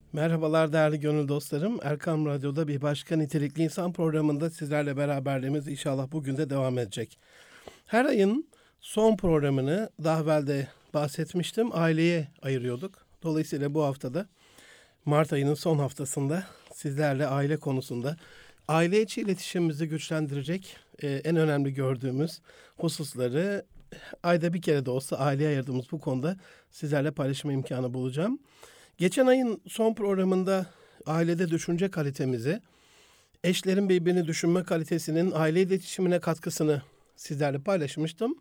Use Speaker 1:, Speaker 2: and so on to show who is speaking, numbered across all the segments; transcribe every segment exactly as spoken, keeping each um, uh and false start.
Speaker 1: Merhabalar değerli gönül dostlarım. Erkam Radyo'da bir başka nitelikli insan programında sizlerle beraberliğimiz inşallah bugün de devam edecek. Her ayın son programını daha evvel de bahsetmiştim. Aileye ayırıyorduk. Dolayısıyla bu haftada Mart ayının son haftasında sizlerle aile konusunda aile içi iletişimimizi güçlendirecek e, en önemli gördüğümüz hususları ayda bir kere de olsa aileye ayırdığımız bu konuda sizlerle paylaşma imkanı bulacağım. Geçen ayın son programında ailede düşünce kalitemizi, eşlerin birbirini düşünme kalitesinin aile iletişimine katkısını sizlerle paylaşmıştım.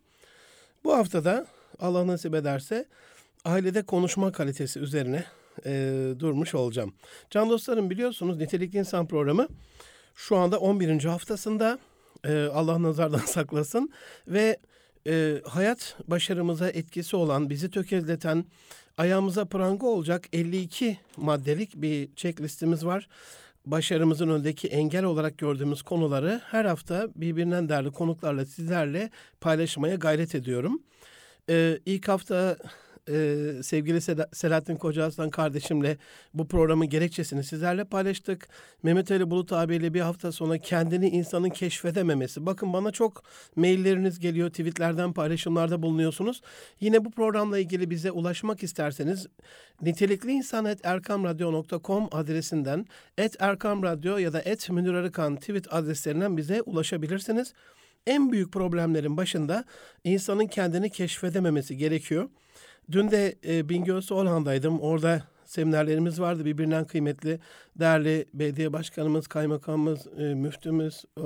Speaker 1: Bu haftada Allah nasip ederse ailede konuşma kalitesi üzerine e, durmuş olacağım. Can dostlarım, biliyorsunuz Nitelikli İnsan programı şu anda on birinci haftasında, e, Allah nazardan saklasın ve e, hayat başarımıza etkisi olan, bizi tökezleten, ayağımıza pranga olacak elli iki maddelik bir checklistimiz var. Başarımızın önündeki engel olarak gördüğümüz konuları her hafta birbirinden değerli konuklarla sizlerle paylaşmaya gayret ediyorum. Ee, ilk hafta e, sevgili Sel- Selahattin Kocaaslan kardeşimle bu programın gerekçesini sizlerle paylaştık. Mehmet Ali Bulut abiyle bir hafta sonra kendini insanın keşfedememesi. Bakın, bana çok mailleriniz geliyor, tweetlerden paylaşımlarda bulunuyorsunuz. Yine bu programla ilgili bize ulaşmak isterseniz nitelikliinsan at erkamradyo nokta com adresinden, at erkamradyo ya da at Münir Arıkan tweet adreslerinden bize ulaşabilirsiniz. En büyük problemlerin başında insanın kendini keşfedememesi gerekiyor. Dün de e, Bingöl Solhan'daydım. Orada seminerlerimiz vardı. Birbirinden kıymetli, değerli belediye başkanımız, kaymakamımız, e, müftümüz, e,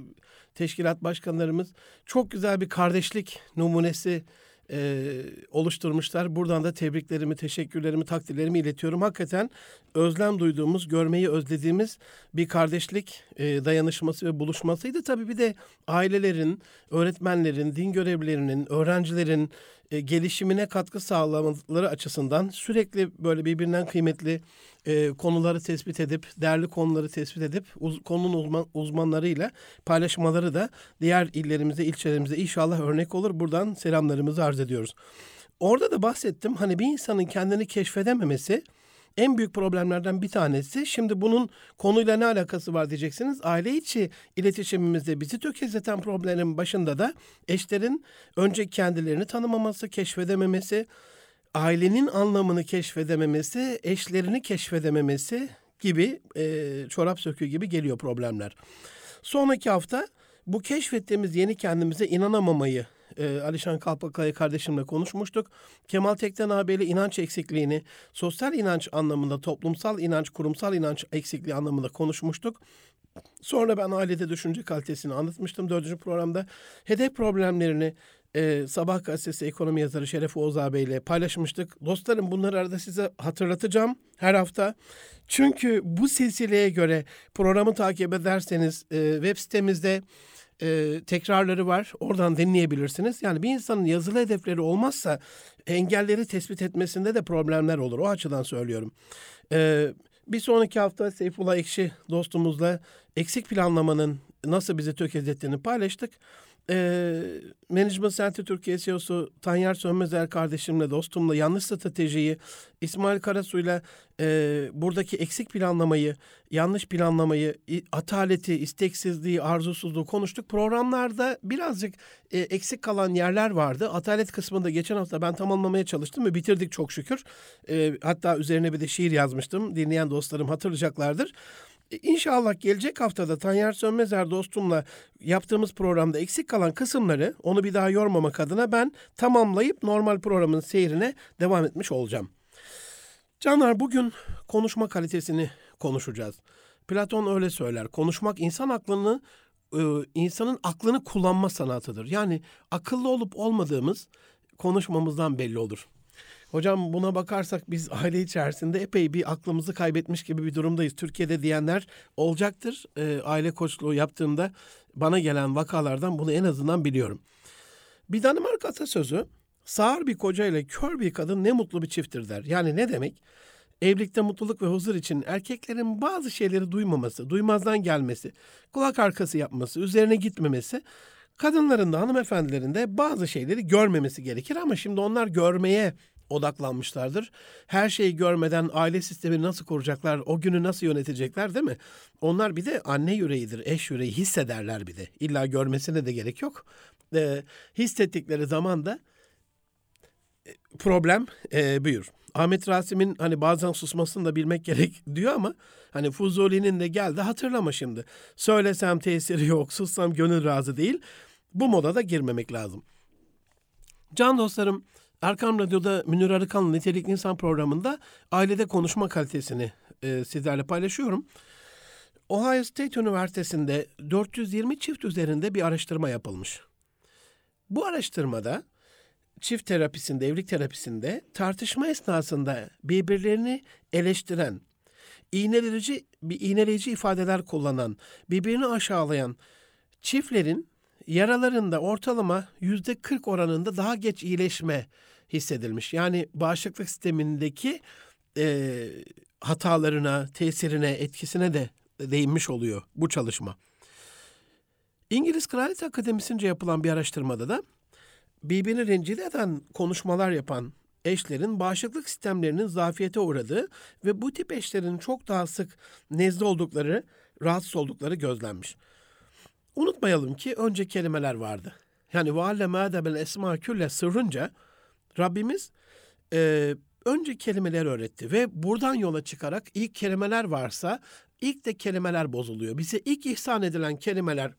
Speaker 1: teşkilat başkanlarımız çok güzel bir kardeşlik numunesi e, oluşturmuşlar. Buradan da tebriklerimi, teşekkürlerimi, takdirlerimi iletiyorum. Hakikaten özlem duyduğumuz, görmeyi özlediğimiz bir kardeşlik e, dayanışması ve buluşmasıydı. Tabii bir de ailelerin, öğretmenlerin, din görevlilerinin, öğrencilerin e, gelişimine katkı sağlamaları açısından sürekli böyle birbirinden kıymetli e, konuları tespit edip, değerli konuları tespit edip uz, konunun uzman, uzmanlarıyla paylaşmaları da diğer illerimize, ilçelerimize inşallah örnek olur. Buradan selamlarımızı arz ediyoruz. Orada da bahsettim. Hani bir insanın kendini keşfedememesi en büyük problemlerden bir tanesi. Şimdi bunun konuyla ne alakası var diyeceksiniz. Aile içi iletişimimizde bizi tökezleten problemin başında da eşlerin önce kendilerini tanımaması, keşfedememesi, ailenin anlamını keşfedememesi, eşlerini keşfedememesi gibi e, çorap söküğü gibi geliyor problemler. Sonraki hafta bu keşfettiğimiz yeni kendimize inanamamayı e, Alişan Kalpakaya kardeşimle konuşmuştuk. Kemal Tekten abiyle inanç eksikliğini, sosyal inanç anlamında, toplumsal inanç, kurumsal inanç eksikliği anlamında konuşmuştuk. Sonra ben ailede düşünce kalitesini anlatmıştım dördüncü programda. Hedef problemlerini e, Sabah gazetesi ekonomi yazarı Şeref Oğuz ağabeyle paylaşmıştık. Dostlarım, bunları arada size hatırlatacağım her hafta. Çünkü bu silsileye göre programı takip ederseniz e, web sitemizde e, tekrarları var. Oradan dinleyebilirsiniz. Yani bir insanın yazılı hedefleri olmazsa engelleri tespit etmesinde de problemler olur. O açıdan söylüyorum. Evet. Bir sonraki hafta Seyfullah Ekşi dostumuzla eksik planlamanın nasıl bizi tökezlettiğini paylaştık. Ee, Management Center Türkiye C E O'su Tanyer Sönmezer kardeşimle, dostumla yanlış stratejiyi, İsmail Karasu'yla e, buradaki eksik planlamayı, yanlış planlamayı, ataleti, isteksizliği, arzusuzluğu konuştuk. Programlarda birazcık e, eksik kalan yerler vardı. Atalet kısmında geçen hafta ben tamamlamaya çalıştım ve bitirdik çok şükür. E, hatta üzerine bir de şiir yazmıştım. Dinleyen dostlarım hatırlayacaklardır. İnşallah gelecek haftada Tanyer Sönmezer dostumla yaptığımız programda eksik kalan kısımları, onu bir daha yormamak adına ben tamamlayıp normal programın seyrine devam etmiş olacağım. Canlar, bugün konuşma kalitesini konuşacağız. Platon öyle söyler. Konuşmak insan aklını, insanın aklını kullanma sanatıdır. Yani akıllı olup olmadığımız konuşmamızdan belli olur. Hocam, buna bakarsak biz aile içerisinde epey bir aklımızı kaybetmiş gibi bir durumdayız. Türkiye'de diyenler olacaktır. E, aile koçluğu yaptığımda bana gelen vakalardan bunu en azından biliyorum. Bir Danimarka atasözü, sağır bir koca ile kör bir kadın ne mutlu bir çifttir der. Yani ne demek? Evlilikte mutluluk ve huzur için erkeklerin bazı şeyleri duymaması, duymazdan gelmesi, kulak arkası yapması, üzerine gitmemesi, kadınların da hanımefendilerin de bazı şeyleri görmemesi gerekir. Ama şimdi onlar görmeye odaklanmışlardır. Her şeyi görmeden aile sistemini nasıl kuracaklar, o günü nasıl yönetecekler, değil mi? Onlar bir de anne yüreğidir, eş yüreği, hissederler bir de. İlla görmesine de gerek yok. E, hissettikleri zaman da problem e, büyür. Ahmet Rasim'in hani bazen susmasını da bilmek gerek diyor ama hani Fuzuli'nin de geldi hatırlama şimdi. Söylesem tesiri yok, sussam gönül razı değil. Bu moda da girmemek lazım. Can dostlarım, Erkam Radyo'da Münir Arıkan'la Nitelikli İnsan programında ailede konuşma kalitesini e, sizlerle paylaşıyorum. Ohio State Üniversitesi'nde dört yüz yirmi çift üzerinde bir araştırma yapılmış. Bu araştırmada çift terapisinde, evlilik terapisinde tartışma esnasında birbirlerini eleştiren, iğneleyici, bir iğneleyici ifadeler kullanan, birbirini aşağılayan çiftlerin yaralarında ortalama yüzde kırk oranında daha geç iyileşme hissedilmiş. Yani bağışıklık sistemindeki e, hatalarına, tesirine, etkisine de değinmiş oluyor bu çalışma. İngiliz Kraliyet Akademisi'nce yapılan bir araştırmada da birbirini rencide eden konuşmalar yapan eşlerin bağışıklık sistemlerinin zafiyete uğradığı ve bu tip eşlerin çok daha sık nezle oldukları, rahatsız oldukları gözlenmiş. Unutmayalım ki önce kelimeler vardı. Yani وَعَلَّمَ آدَمَ الْاَسْمَا كُلَّ sırrınca Rabbimiz e, önce kelimeler öğretti ve buradan yola çıkarak ilk kelimeler varsa ilk de kelimeler bozuluyor. Bize ilk ihsan edilen kelimeler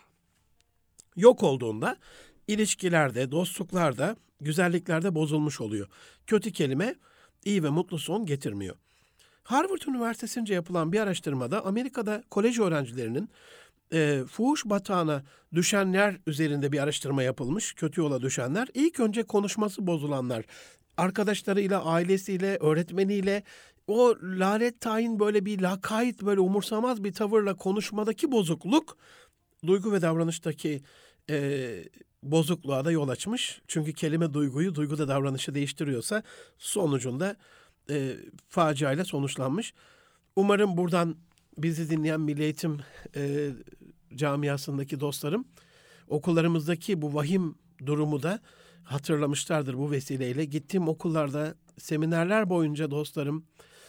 Speaker 1: yok olduğunda ilişkilerde, dostluklarda, güzelliklerde bozulmuş oluyor. Kötü kelime iyi ve mutlu son getirmiyor. Harvard Üniversitesi'nce yapılan bir araştırmada Amerika'da kolej öğrencilerinin e, fuhuş batağına düşenler üzerinde bir araştırma yapılmış. Kötü yola düşenler. İlk önce konuşması bozulanlar, arkadaşlarıyla, ailesiyle, öğretmeniyle o lanet tayin böyle bir lakayt, böyle umursamaz bir tavırla konuşmadaki bozukluk, duygu ve davranıştaki e, bozukluğa da yol açmış. Çünkü kelime duyguyu, duygu da davranışı değiştiriyorsa sonucunda e, faciayla sonuçlanmış. Umarım buradan bizi dinleyen Milli Eğitim e, camiasındaki dostlarım okullarımızdaki bu vahim durumu da hatırlamışlardır bu vesileyle. Gittiğim okullarda seminerler boyunca dostlarım,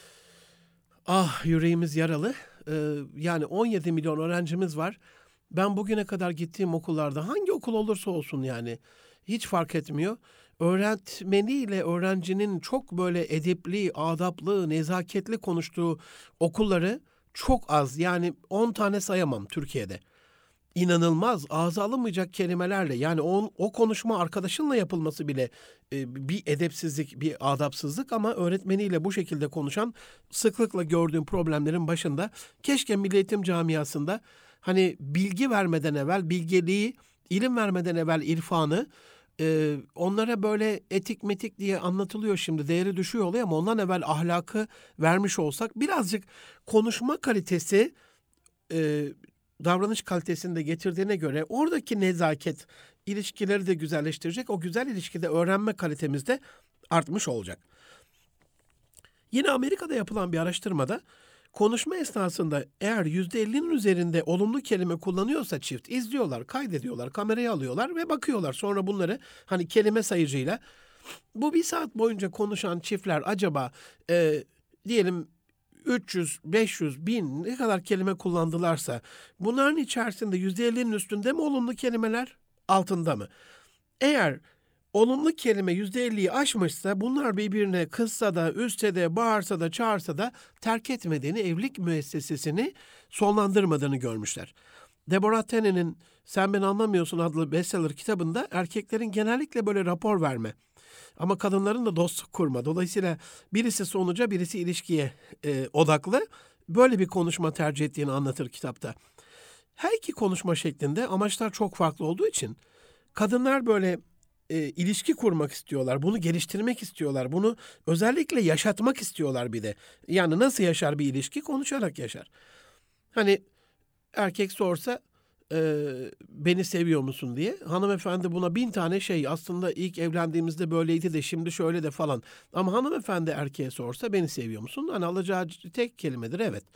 Speaker 1: ah yüreğimiz yaralı. E, yani on yedi milyon öğrencimiz var. Ben bugüne kadar gittiğim okullarda hangi okul olursa olsun yani hiç fark etmiyor. Öğretmeniyle öğrencinin çok böyle edepli, adaplı, nezaketli konuştuğu okulları çok az. Yani on tane sayamam Türkiye'de. İnanılmaz, ağza alınmayacak kelimelerle yani o, o konuşma arkadaşınla yapılması bile e, bir edepsizlik, bir adapsızlık ama öğretmeniyle bu şekilde konuşan sıklıkla gördüğüm problemlerin başında keşke Milli Eğitim camiasında hani bilgi vermeden evvel bilgeliği, ilim vermeden evvel irfanı, e, onlara böyle etik metik diye anlatılıyor şimdi, değeri düşüyor oluyor ama ondan evvel ahlakı vermiş olsak birazcık konuşma kalitesi, e, davranış kalitesini de getirdiğine göre oradaki nezaket ilişkileri de güzelleştirecek. O güzel ilişkide öğrenme kalitemiz de artmış olacak. Yine Amerika'da yapılan bir araştırmada konuşma esnasında eğer yüzde ellinin üzerinde olumlu kelime kullanıyorsa çift izliyorlar, kaydediyorlar, kameraya alıyorlar ve bakıyorlar. Sonra bunları hani kelime sayıcıyla bu bir saat boyunca konuşan çiftler acaba e, diyelim üç yüz, beş yüz, bin ne kadar kelime kullandılarsa bunların içerisinde yüzde ellinin üstünde mi olumlu kelimeler, altında mı? Eğer olumlu kelime yüzde elliyi aşmışsa bunlar birbirine kızsa da, üzse de, bağırsa da, çağırsa da terk etmediğini, evlilik müessesesini sonlandırmadığını görmüşler. Deborah Tenney'nin Sen Beni Anlamıyorsun adlı bestseller kitabında erkeklerin genellikle böyle rapor verme ama kadınların da dostluk kurma. Dolayısıyla birisi sonuca, birisi ilişkiye e, odaklı böyle bir konuşma tercih ettiğini anlatır kitapta. Her iki konuşma şeklinde amaçlar çok farklı olduğu için kadınlar böyle e, ilişki kurmak istiyorlar, bunu geliştirmek istiyorlar, bunu özellikle yaşatmak istiyorlar bir de. Yani nasıl yaşar bir ilişki? Konuşarak yaşar. Hani erkek sorsa e, beni seviyor musun diye. Hanımefendi buna bin tane şey aslında ilk evlendiğimizde böyleydi de şimdi şöyle de falan. Ama hanımefendi erkeğe sorsa beni seviyor musun? Hani alacağı tek kelimedir evet.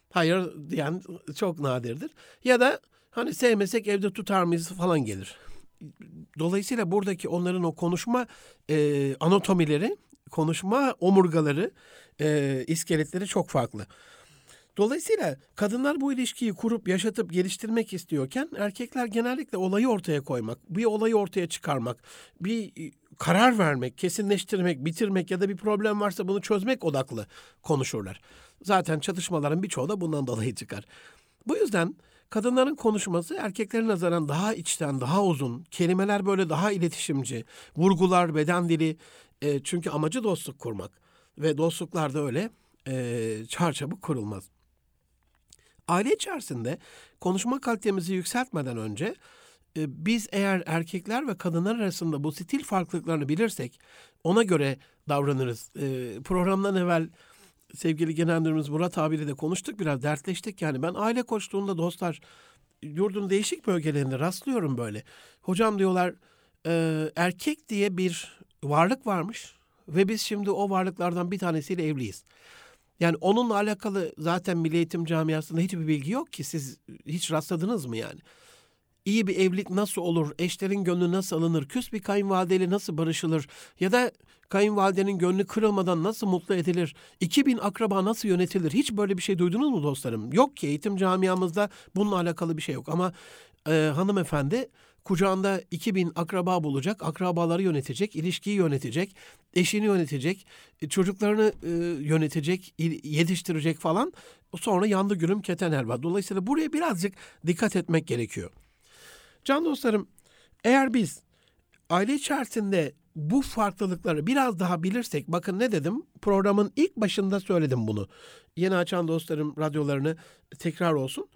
Speaker 1: Hayır diyen çok nadirdir. Ya da hani sevmesek evde tutar mıyız falan gelir. dolayısıyla buradaki onların o konuşma e, anatomileri, konuşma omurgaları, e, iskeletleri çok farklı. Dolayısıyla kadınlar bu ilişkiyi kurup, yaşatıp, geliştirmek istiyorken erkekler genellikle olayı ortaya koymak, bir olayı ortaya çıkarmak, bir karar vermek, kesinleştirmek, bitirmek ya da bir problem varsa bunu çözmek odaklı konuşurlar. Zaten çatışmaların birçoğu da bundan dolayı çıkar. Bu yüzden kadınların konuşması erkeklerin nazaran daha içten, daha uzun, kelimeler böyle daha iletişimci, vurgular, beden dili, e, çünkü amacı dostluk kurmak ve dostluklar da öyle e, çarçabuk kurulmaz. Aile içerisinde konuşma kalitemizi yükseltmeden önce e, biz eğer erkekler ve kadınlar arasında bu stil farklılıklarını bilirsek ona göre davranırız. E, programdan evvel sevgili Genel Müdürümüz Murat abiyle de konuştuk, biraz dertleştik. Yani ben aile koçluğunda dostlar yurdun değişik bölgelerinde rastlıyorum böyle. Hocam diyorlar e, erkek diye bir varlık varmış ve biz şimdi o varlıklardan bir tanesiyle evliyiz. Yani onunla alakalı zaten Milli Eğitim camiasında hiçbir bilgi yok ki. Siz hiç rastladınız mı yani? İyi bir evlilik nasıl olur? Eşlerin gönlü nasıl alınır? Küs bir kayınvalideyle nasıl barışılır? Ya da kayınvalidenin gönlü kırılmadan nasıl mutlu edilir? iki bin akraba nasıl yönetilir? Hiç böyle bir şey duydunuz mu dostlarım? Yok ki, eğitim camiamızda bununla alakalı bir şey yok. Ama e, hanımefendi kucağında iki bin akraba bulacak, akrabaları yönetecek, ilişkiyi yönetecek, eşini yönetecek, çocuklarını e, yönetecek, yetiştirecek falan. Sonra yandı gülüm keten helva. Dolayısıyla buraya birazcık dikkat etmek gerekiyor. Can dostlarım, eğer biz aile içerisinde bu farklılıkları biraz daha bilirsek, bakın ne dedim, programın ilk başında söyledim bunu. Yeni açan dostlarım radyolarını tekrar olsun.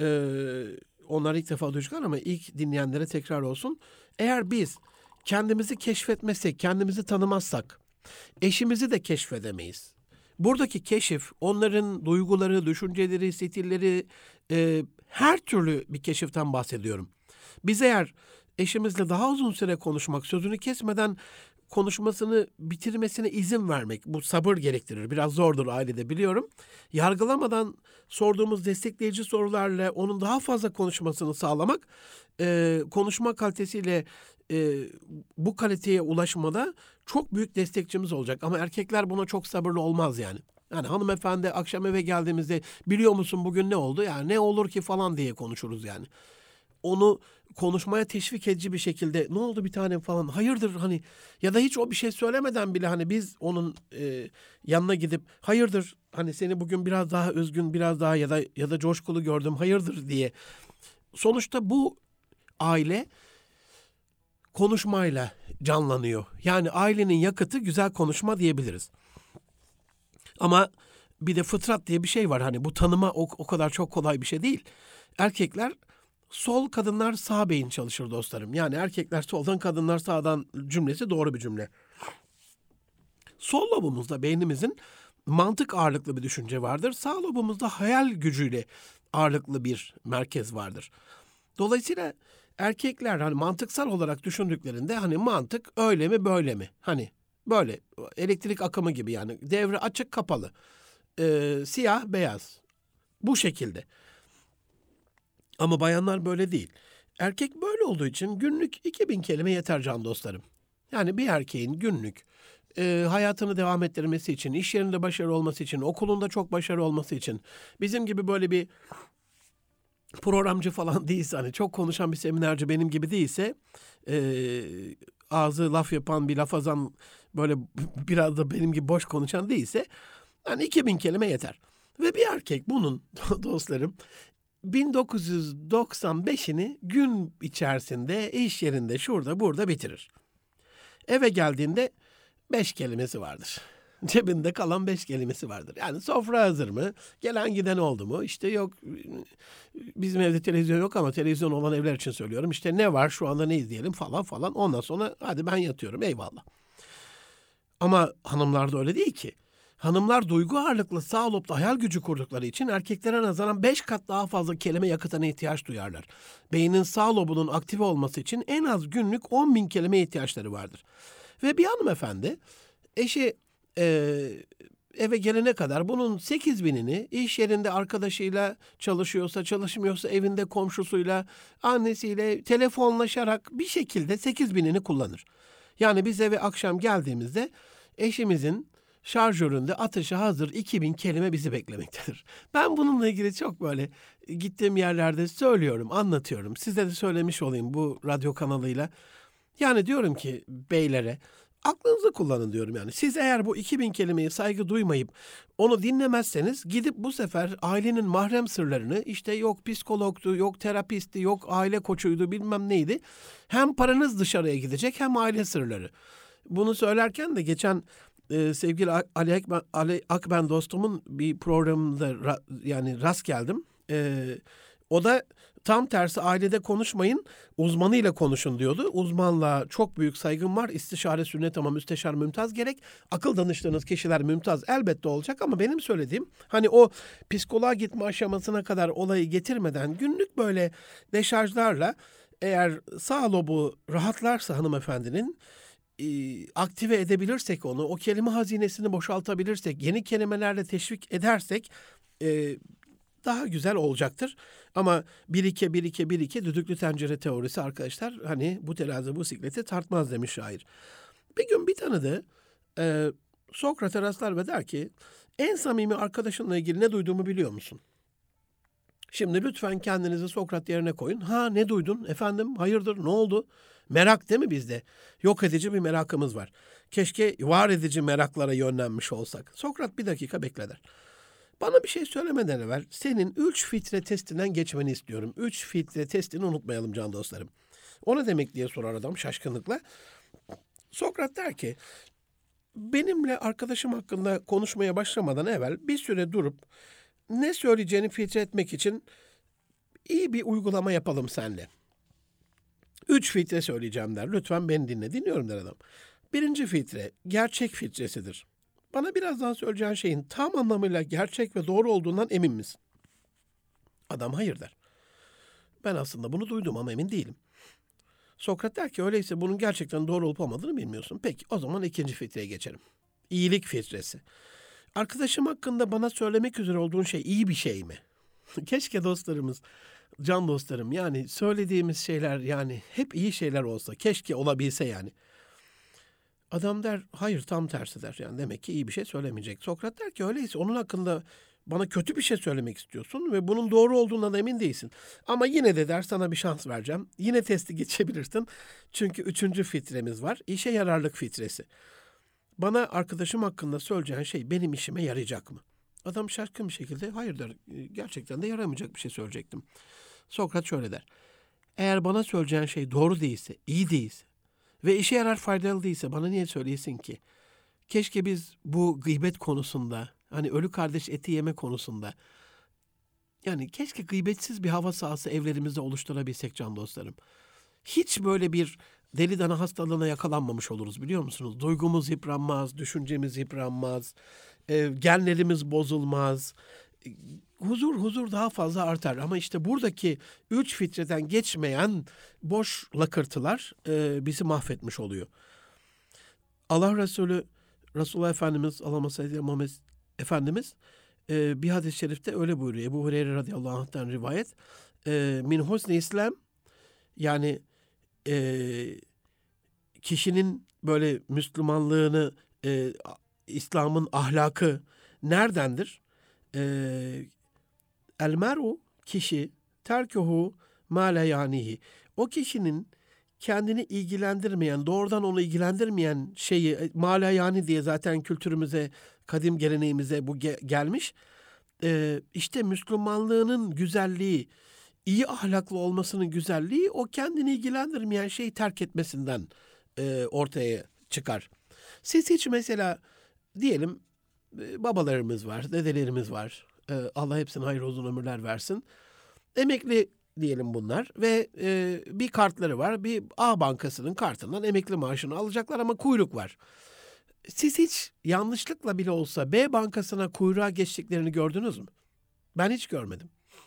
Speaker 1: Ee, onlar ilk defa duyacaklar ama ilk dinleyenlere tekrar olsun. Eğer biz kendimizi keşfetmezsek, kendimizi tanımazsak, eşimizi de keşfedemeyiz. Buradaki keşif, onların duyguları, düşünceleri, stilleri, e, her türlü bir keşiften bahsediyorum. Biz eğer eşimizle daha uzun süre konuşmak, sözünü kesmeden konuşmasını bitirmesine izin vermek, bu sabır gerektirir. Biraz zordur ailede biliyorum. Yargılamadan sorduğumuz destekleyici sorularla onun daha fazla konuşmasını sağlamak, e, konuşma kalitesiyle e, bu kaliteye ulaşmada çok büyük destekçimiz olacak. Ama erkekler buna çok sabırlı olmaz yani. Yani hanımefendi akşam eve geldiğimizde biliyor musun bugün ne oldu? Yani ne olur ki falan diye konuşuruz yani. Onu konuşmaya teşvik edici bir şekilde ne oldu bir tanem falan, hayırdır hani, ya da hiç o bir şey söylemeden bile hani biz onun e, yanına gidip hayırdır hani seni bugün biraz daha üzgün, biraz daha ya da ya da coşkulu gördüm, hayırdır diye. Sonuçta bu aile konuşmayla canlanıyor. Yani ailenin yakıtı güzel konuşma diyebiliriz. Ama bir de fıtrat diye bir şey var. Hani bu tanıma o, o kadar çok kolay bir şey değil. Erkekler sol, kadınlar sağ beyin çalışır dostlarım. Yani erkekler soldan, kadınlar sağdan cümlesi doğru bir cümle. Sol lobumuzda beynimizin mantık ağırlıklı bir düşünce vardır. Sağ lobumuzda hayal gücüyle ağırlıklı bir merkez vardır. Dolayısıyla erkekler hani mantıksal olarak düşündüklerinde hani mantık öyle mi böyle mi? Hani böyle elektrik akımı gibi, yani devre açık kapalı, ee, siyah beyaz, bu şekilde. Ama bayanlar böyle değil. Erkek böyle olduğu için günlük iki bin kelime yeter can dostlarım. Yani bir erkeğin günlük e, hayatını devam ettirmesi için, iş yerinde başarılı olması için, okulunda çok başarılı olması için, bizim gibi böyle bir programcı falan değilse, hani çok konuşan bir seminerci benim gibi değilse, e, ağzı laf yapan bir lafazan, böyle biraz da benim gibi boş konuşan değilse, yani iki bin kelime yeter. Ve bir erkek bunun dostlarım bin dokuz yüz doksan beşini gün içerisinde iş yerinde şurada burada bitirir. Eve geldiğinde beş kelimesi vardır. Cebinde kalan beş kelimesi vardır. Yani sofra hazır mı? Gelen giden oldu mu? İşte yok, bizim evde televizyon yok ama televizyon olan evler için söylüyorum. İşte ne var şu anda, ne izleyelim falan falan. Ondan sonra hadi ben yatıyorum, eyvallah. Ama hanımlar da öyle değil ki. Hanımlar duygu ağırlıklı sağ lobda hayal gücü kurdukları için erkeklere nazaran beş kat daha fazla kelime yakıtına ihtiyaç duyarlar. Beynin sağ lobunun aktive olması için en az günlük on bin kelime ihtiyaçları vardır. Ve bir hanımefendi eşi e, eve gelene kadar bunun sekiz binini iş yerinde arkadaşıyla çalışıyorsa, çalışmıyorsa evinde komşusuyla, annesiyle telefonlaşarak bir şekilde sekiz binini kullanır. Yani biz eve akşam geldiğimizde eşimizin şarjöründe ateşe hazır iki bin kelime bizi beklemektedir. Ben bununla ilgili çok böyle gittiğim yerlerde söylüyorum, anlatıyorum. Size de söylemiş olayım bu radyo kanalıyla. Yani diyorum ki beylere, aklınızı kullanın diyorum yani. Siz eğer bu iki bin kelimeyi saygı duymayıp onu dinlemezseniz gidip bu sefer ailenin mahrem sırlarını işte yok psikologtu, yok terapisti, yok aile koçuydu bilmem neydi. Hem paranız dışarıya gidecek hem aile sırları. Bunu söylerken de geçen e, sevgili Ali Akben, Ali Akben dostumun bir programında ra, yani rast geldim. E, o da tam tersi ailede konuşmayın, uzmanıyla konuşun diyordu. Uzmanla çok büyük saygım var. İstişare sünnet ama müsteşar mümtaz gerek. Akıl danıştığınız kişiler mümtaz elbette olacak ama benim söylediğim hani o psikoloğa gitme aşamasına kadar olayı getirmeden günlük böyle deşarjlarla eğer sağ lobu rahatlarsa hanımefendinin e, aktive edebilirsek onu, o kelime hazinesini boşaltabilirsek, yeni kelimelerle teşvik edersek e, daha güzel olacaktır. Ama bir iki bir iki bir iki düdüklü tencere teorisi arkadaşlar hani bu terazi bu sikleti tartmaz demiş şair. Bir gün bir tanıdığı e, Sokrat'a rastlar ve der ki en samimi arkadaşınla ilgili ne duyduğumu biliyor musun? Şimdi lütfen kendinizi Sokrat yerine koyun. Ha ne duydun? Efendim hayırdır ne oldu? Merak değil mi bizde? Yok edici bir merakımız var. Keşke var edici meraklara yönlenmiş olsak. Sokrat bir dakika bekler. Bana bir şey söylemeden evvel senin üç filtre testinden geçmeni istiyorum. Üç filtre testini unutmayalım can dostlarım. O ne demek diye sorar adam şaşkınlıkla. Sokrat der ki benimle arkadaşım hakkında konuşmaya başlamadan evvel bir süre durup ne söyleyeceğini filtre etmek için iyi bir uygulama yapalım seninle. Üç filtre söyleyeceğim der. Lütfen beni dinle. Dinliyorum der adam. Birinci filtre gerçek filtresidir. Bana birazdan söyleyeceğin şeyin tam anlamıyla gerçek ve doğru olduğundan emin misin? Adam hayır der. Ben aslında bunu duydum ama emin değilim. Sokrat der ki öyleyse bunun gerçekten doğru olup olmadığını bilmiyorsun. Peki o zaman ikinci filtreye geçelim. İyilik filtresi. Arkadaşım hakkında bana söylemek üzere olduğun şey iyi bir şey mi? Keşke dostlarımız, can dostlarım yani söylediğimiz şeyler yani hep iyi şeyler olsa. Keşke olabilse yani. Adam der hayır tam tersi der. Yani demek ki iyi bir şey söylemeyecek. Sokrat der ki öyleyse onun hakkında bana kötü bir şey söylemek istiyorsun ve bunun doğru olduğundan emin değilsin. Ama yine de der sana bir şans vereceğim. Yine testi geçebilirsin. Çünkü üçüncü filtremiz var. İşe yararlık filtresi. Bana arkadaşım hakkında söyleyeceğin şey benim işime yarayacak mı? Adam şaşkın bir şekilde hayır der. Gerçekten de yaramayacak bir şey söyleyecektim. Sokrat şöyle der. Eğer bana söyleyeceğin şey doğru değilse, iyi değilse ve işe yarar faydalı değilse bana niye söyleyesin ki? Keşke biz bu gıybet konusunda, hani ölü kardeş eti yeme konusunda, yani keşke gıybetsiz bir hava sahası evlerimizde oluşturabilsek can dostlarım. Hiç böyle bir deli dana hastalığına yakalanmamış oluruz biliyor musunuz? Duygumuz yıpranmaz, düşüncemiz yıpranmaz, e, genlerimiz bozulmaz. E, huzur huzur daha fazla artar ama işte buradaki üç filtreden geçmeyen boş lakırtılar e, bizi mahvetmiş oluyor. Allah Resulü, Resulullah Efendimiz, Allahümme salli aleyhi Muhammed Efendimiz e, bir hadis-i şerifte öyle buyuruyor. Ebu Hureyre radıyallahu anh'tan rivayet. E, Min husni İslam yani e, kişinin böyle Müslümanlığını, e, İslam'ın ahlakı neredendir? E, El mer'u kişi terkuhu ma la yanihi. O kişinin kendini ilgilendirmeyen, doğrudan onu ilgilendirmeyen şeyi ma la yani diye zaten kültürümüze, kadim geleneğimize bu ge- gelmiş. E, işte Müslümanlığının güzelliği, iyi ahlaklı olmasının güzelliği o kendini ilgilendirmeyen şeyi terk etmesinden e, ortaya çıkar. Siz hiç mesela diyelim e, babalarımız var, dedelerimiz var. E, Allah hepsine hayırlı uzun ömürler versin. Emekli diyelim bunlar ve e, bir kartları var. Bir A bankasının kartından emekli maaşını alacaklar ama kuyruk var. Siz hiç yanlışlıkla bile olsa B bankasına kuyruğa geçtiklerini gördünüz mü? Ben hiç görmedim.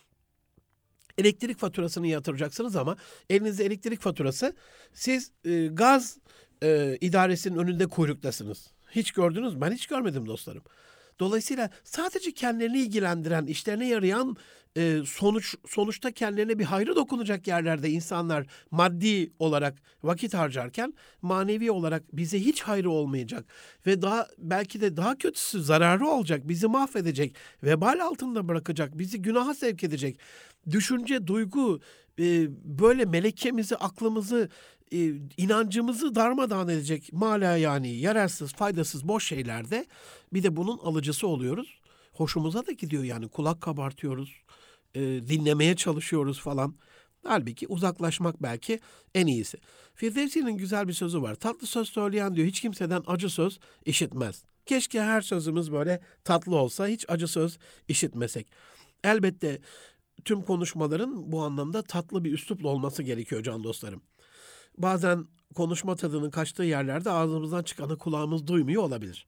Speaker 1: Elektrik faturasını yatıracaksınız ama elinizde elektrik faturası siz e, gaz e, idaresinin önünde kuyruktasınız. Hiç gördünüz mü? Ben hiç görmedim dostlarım. Dolayısıyla sadece kendilerini ilgilendiren, işlerine yarayan, e, sonuç sonuçta kendilerine bir hayrı dokunacak yerlerde insanlar maddi olarak vakit harcarken manevi olarak bize hiç hayrı olmayacak ve daha belki de daha kötüsü zararı olacak, bizi mahvedecek, vebal altında bırakacak, bizi günaha sevk edecek. Düşünce, duygu, e, böyle melekemizi, aklımızı, e, inancımızı darmadağın edecek mala yani yararsız, faydasız, boş şeylerde bir de bunun alıcısı oluyoruz. Hoşumuza da gidiyor yani kulak kabartıyoruz, e, dinlemeye çalışıyoruz falan. Halbuki uzaklaşmak belki en iyisi. Firdevsi'nin güzel bir sözü var. Tatlı söz söyleyen diyor hiç kimseden acı söz işitmez. Keşke her sözümüz böyle tatlı olsa, hiç acı söz işitmesek. Elbette tüm konuşmaların bu anlamda tatlı bir üslupla olması gerekiyor can dostlarım. Bazen konuşma tadının kaçtığı yerlerde ağzımızdan çıkanı kulağımız duymuyor olabilir.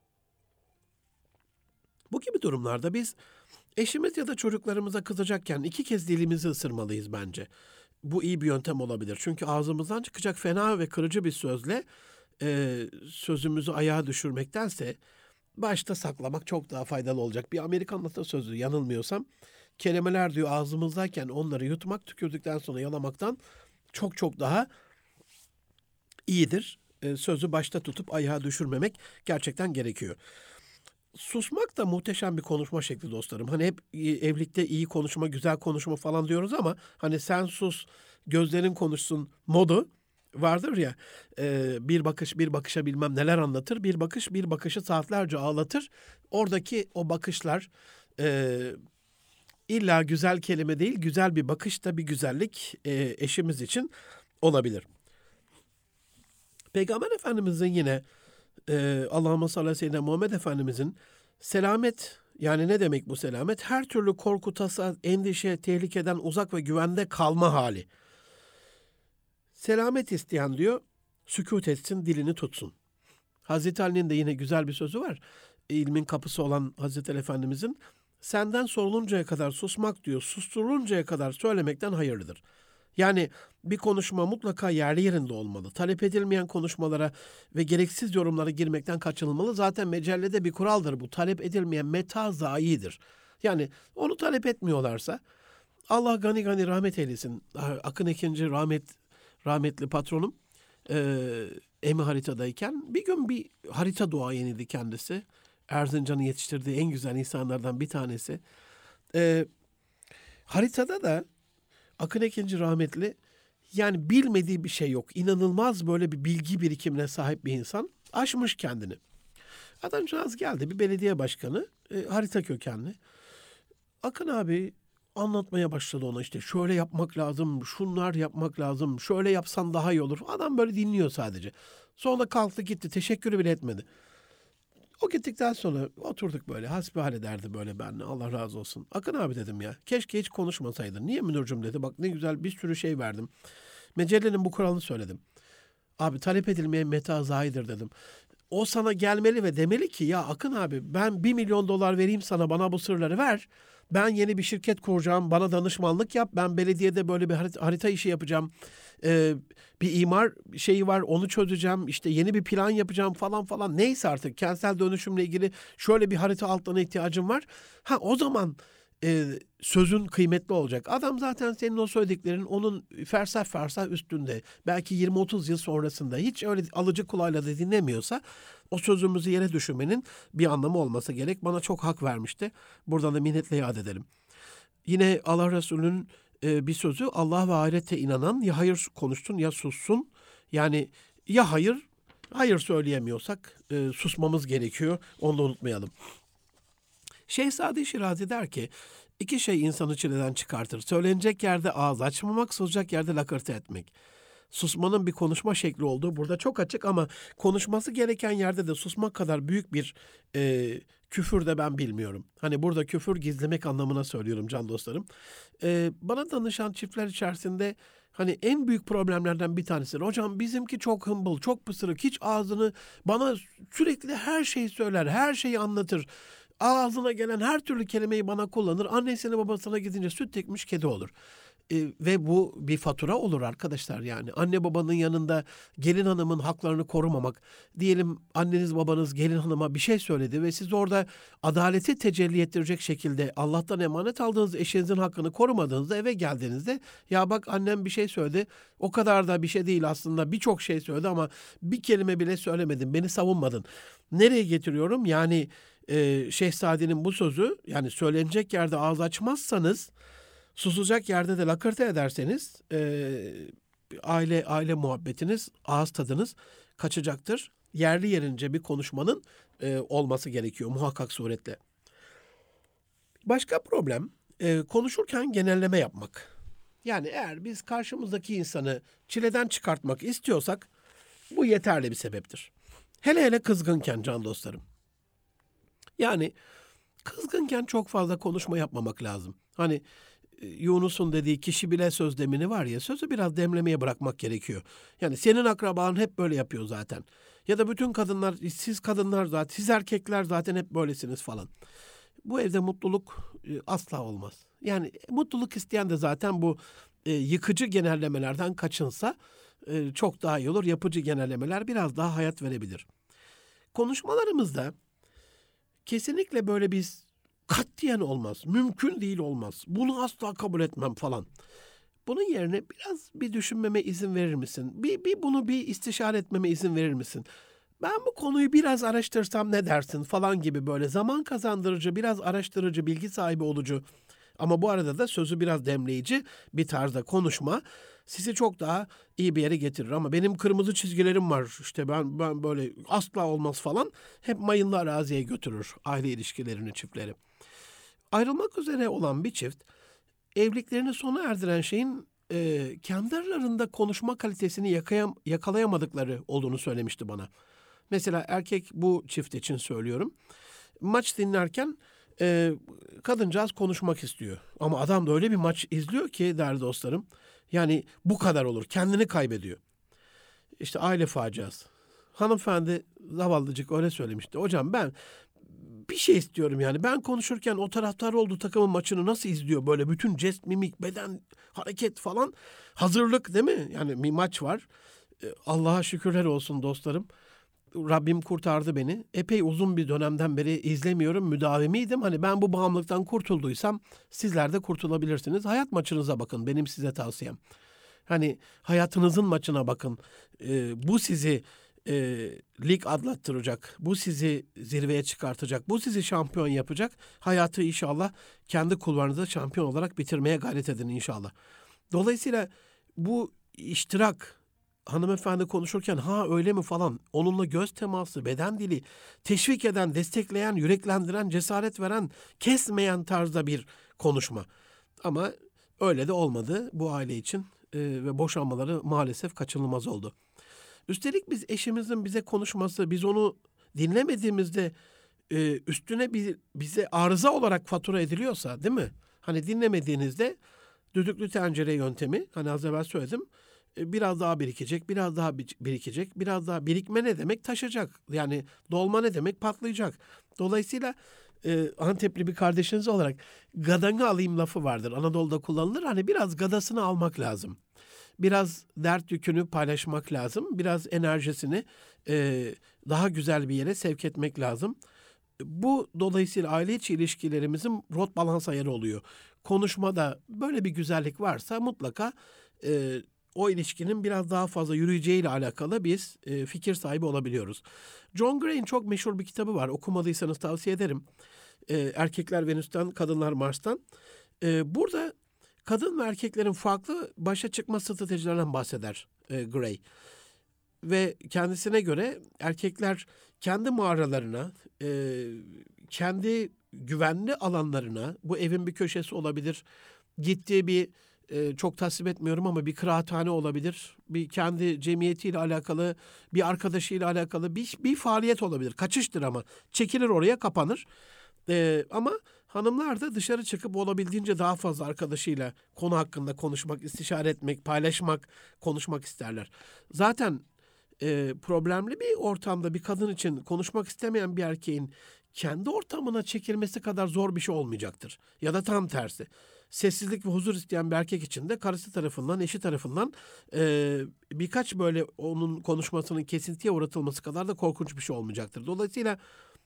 Speaker 1: Bu gibi durumlarda biz eşimiz ya da çocuklarımıza kızacakken iki kez dilimizi ısırmalıyız bence. Bu iyi bir yöntem olabilir. Çünkü ağzımızdan çıkacak fena ve kırıcı bir sözle e, sözümüzü ayağa düşürmektense başta saklamak çok daha faydalı olacak. Bir Amerikan atasözü yanılmıyorsam, kelimeler diyor ağzımızdayken onları yutmak, tükürdükten sonra yalamaktan çok çok daha iyidir. E, sözü başta tutup ayağa düşürmemek gerçekten gerekiyor. Susmak da muhteşem bir konuşma şekli dostlarım. Hani hep evlilikte iyi konuşma, güzel konuşma falan diyoruz ama hani sen sus, gözlerin konuşsun modu vardır ya. E, bir bakış bir bakışa bilmem neler anlatır. Bir bakış bir bakışı saatlerce ağlatır. Oradaki o bakışlar e, illa güzel kelime değil, güzel bir bakış da bir güzellik e, eşimiz için olabilir. Peygamber Efendimizin yine e, Allahümme salli aleyhi ve sellem Muhammed Efendimizin selamet, yani ne demek bu selamet? Her türlü korku, tasa, endişe, tehlikeden uzak ve güvende kalma hali. Selamet isteyen diyor, sükût etsin, dilini tutsun. Hazreti Ali'nin de yine güzel bir sözü var. İlmin kapısı olan Hazreti Ali Efendimizin, senden soruluncaya kadar susmak diyor, susturuluncaya kadar söylemekten hayırlıdır. Yani bir konuşma mutlaka yerli yerinde olmalı. Talep edilmeyen konuşmalara ve gereksiz yorumlara girmekten kaçınılmalı. Zaten mecellede bir kuraldır bu. Talep edilmeyen meta zayidir. Yani onu talep etmiyorlarsa Allah gani gani rahmet eylesin. Akın ikinci rahmet rahmetli patronum e, Emi haritadayken bir gün bir harita duayeniydi kendisi. Erzincan'ın yetiştirdiği en güzel insanlardan bir tanesi. E, haritada da Akın ikinci rahmetli, yani bilmediği bir şey yok. İnanılmaz böyle bir bilgi birikimine sahip bir insan. Aşmış kendini. Adamcağız geldi, bir belediye başkanı, e, harita kökenli. Akın abi anlatmaya başladı ona, işte şöyle yapmak lazım, şunlar yapmak lazım, şöyle yapsan daha iyi olur. Adam böyle dinliyor sadece. Sonra kalktı gitti, teşekkür bile etmedi. O gittikten sonra oturduk böyle, hasbihal ederdi böyle benimle, Allah razı olsun. Akın abi dedim ya, keşke hiç konuşmasaydın. Niye Münir'cim dedi, bak ne güzel bir sürü şey verdim. Mecellenin bu kuralını söyledim. Abi talep edilmeyen meta zayidir dedim. O sana gelmeli ve demeli ki ya Akın abi, ben bir milyon dolar vereyim sana, bana bu sırları ver. Ben yeni bir şirket kuracağım, bana danışmanlık yap. Ben belediyede böyle bir harita, harita işi yapacağım. Ee, bir imar şeyi var, onu çözeceğim. İşte yeni bir plan yapacağım falan falan. Neyse artık kentsel dönüşümle ilgili şöyle bir harita altına ihtiyacım var. Ha o zaman e, sözün kıymetli olacak. Adam zaten senin o söylediklerin onun fersah fersah üstünde. Belki yirmi otuz yıl sonrasında hiç öyle alıcı kulağıyla da dinlemiyorsa o sözümüzü yere düşürmenin bir anlamı olması gerek. Bana çok hak vermişti. Buradan da minnetle yad edelim. Yine Allah Resulü'nün e, bir sözü, Allah ve ahirete inanan ya hayır konuşsun ya sussun. Yani ya hayır, hayır söyleyemiyorsak e, susmamız gerekiyor. Onu da unutmayalım. Şehzade Şirazi der ki, iki şey insanı çileden çıkartır. Söylenecek yerde ağız açmamak, susacak yerde lakırtı etmek. Susmanın bir konuşma şekli olduğu burada çok açık ama konuşması gereken yerde de susmak kadar büyük bir e, küfür de ben bilmiyorum. Hani burada küfür gizlemek anlamına söylüyorum can dostlarım. E, bana danışan çiftler içerisinde hani en büyük problemlerden bir tanesi. Hocam bizimki çok hımbıl, çok pısırık, hiç ağzını, bana sürekli her şeyi söyler, her şeyi anlatır. Ağzına gelen her türlü kelimeyi bana kullanır. Annesine babasına gidince süt tekmiş kedi olur. E, ve bu bir fatura olur arkadaşlar yani. Anne babanın yanında gelin hanımın haklarını korumamak. Diyelim anneniz babanız gelin hanıma bir şey söyledi ve siz orada adaleti tecelli ettirecek şekilde Allah'tan emanet aldığınız eşinizin hakkını korumadığınızda eve geldiğinizde ya bak annem bir şey söyledi. O kadar da bir şey değil aslında, birçok şey söyledi ama bir kelime bile söylemedin. Beni savunmadın. Nereye getiriyorum? Yani e, Şehzadenin bu sözü, yani söylenecek yerde ağız açmazsanız, susacak yerde de lakırtı ederseniz e, aile aile muhabbetiniz, ağız tadınız kaçacaktır. Yerli yerince bir konuşmanın e, olması gerekiyor muhakkak suretle. Başka problem e, konuşurken genelleme yapmak. Yani eğer biz karşımızdaki insanı çileden çıkartmak istiyorsak bu yeterli bir sebeptir. Hele hele kızgınken can dostlarım. Yani kızgınken çok fazla konuşma yapmamak lazım. Hani Yunus'un dediği kişi bile söz demini var ya, sözü biraz demlemeye bırakmak gerekiyor. Yani senin akraban hep böyle yapıyor zaten. Ya da bütün kadınlar, siz kadınlar zaten, siz erkekler zaten hep böylesiniz falan. Bu evde mutluluk e, asla olmaz. Yani mutluluk isteyen de zaten bu e, yıkıcı genellemelerden kaçınsa e, çok daha iyi olur. Yapıcı genellemeler biraz daha hayat verebilir. Konuşmalarımızda kesinlikle böyle biz katiyen olmaz. Mümkün değil olmaz. Bunu asla kabul etmem falan. Bunun yerine biraz bir düşünmeme izin verir misin? Bir, bir bunu bir istişare etmeme izin verir misin? Ben bu konuyu biraz araştırsam ne dersin falan gibi böyle zaman kazandırıcı, biraz araştırıcı, bilgi sahibi olucu ama bu arada da sözü biraz demleyici bir tarzda konuşma sizi çok daha iyi bir yere getirir. Ama benim kırmızı çizgilerim var, işte ben ben böyle asla olmaz falan, hep mayınlı araziye götürür aile ilişkilerini, çiftleri. Ayrılmak üzere olan bir çift evliliklerini sona erdiren şeyin e, kendi aralarında konuşma kalitesini yakayam, yakalayamadıkları olduğunu söylemişti bana. Mesela erkek, bu çift için söylüyorum. Maç dinlerken e, kadıncağız konuşmak istiyor. Ama adam da öyle bir maç izliyor ki değerli dostlarım. Yani bu kadar olur. Kendini kaybediyor. İşte aile faciası. Hanımefendi zavallıcık öyle söylemişti. Hocam ben bir şey istiyorum yani. Ben konuşurken o taraftar olduğu takımın maçını nasıl izliyor? Böyle bütün jest, mimik, beden, hareket falan. Hazırlık değil mi? Yani bir maç var. Allah'a şükürler olsun dostlarım. Rabbim kurtardı beni. Epey uzun bir dönemden beri izlemiyorum. Müdavimiydim. Hani ben bu bağımlılıktan kurtulduysam sizler de kurtulabilirsiniz. Hayat maçınıza bakın. Benim size tavsiyem. Hani hayatınızın maçına bakın. Ee, bu sizi e, lig atlattıracak. Bu sizi zirveye çıkartacak. Bu sizi şampiyon yapacak. Hayatı inşallah kendi kulvarınızda şampiyon olarak bitirmeye gayret edin inşallah. Dolayısıyla bu iştirak, hanımefendi konuşurken ha öyle mi falan, onunla göz teması, beden dili, teşvik eden, destekleyen, yüreklendiren, cesaret veren, kesmeyen tarzda bir konuşma. Ama öyle de olmadı bu aile için e, ve boşanmaları maalesef kaçınılmaz oldu. Üstelik biz eşimizin bize konuşması, biz onu dinlemediğimizde e, üstüne bir, bize arıza olarak fatura ediliyorsa, değil mi? Hani dinlemediğinizde düdüklü tencere yöntemi, hani az evvel söyledim, biraz daha birikecek, biraz daha birikecek, biraz daha birikme ne demek? Taşacak. Yani dolma ne demek? Patlayacak. Dolayısıyla e, Antepli bir kardeşiniz olarak gadanı alayım lafı vardır. Anadolu'da kullanılır. Hani biraz gadasını almak lazım. Biraz dert yükünü paylaşmak lazım. Biraz enerjisini e, daha güzel bir yere sevk etmek lazım. Bu dolayısıyla aile içi ilişkilerimizin rot balans ayarı oluyor. Konuşmada böyle bir güzellik varsa mutlaka e, o ilişkinin biraz daha fazla yürüyeceğiyle alakalı biz e, fikir sahibi olabiliyoruz. John Gray'in çok meşhur bir kitabı var. Okumadıysanız tavsiye ederim. E, Erkekler Venüs'ten, Kadınlar Mars'tan. E, burada kadın ve erkeklerin farklı başa çıkma stratejilerinden bahseder e, Gray. Ve kendisine göre erkekler kendi mağaralarına, e, kendi güvenli alanlarına, bu evin bir köşesi olabilir, gittiği bir, e, çok tasvip etmiyorum ama bir kıraathane olabilir, bir kendi cemiyetiyle alakalı, bir arkadaşıyla alakalı bir, bir faaliyet olabilir. Kaçıştır ama çekilir oraya, kapanır. E, ama hanımlar da dışarı çıkıp olabildiğince daha fazla arkadaşıyla konu hakkında konuşmak, istişare etmek, paylaşmak, konuşmak isterler. Zaten e, problemli bir ortamda bir kadın için konuşmak istemeyen bir erkeğin kendi ortamına çekilmesi kadar zor bir şey olmayacaktır. Ya da tam tersi. Sessizlik ve huzur isteyen bir erkek için de karısı tarafından, eşi tarafından e, birkaç böyle onun konuşmasının kesintiye uğratılması kadar da korkunç bir şey olmayacaktır. Dolayısıyla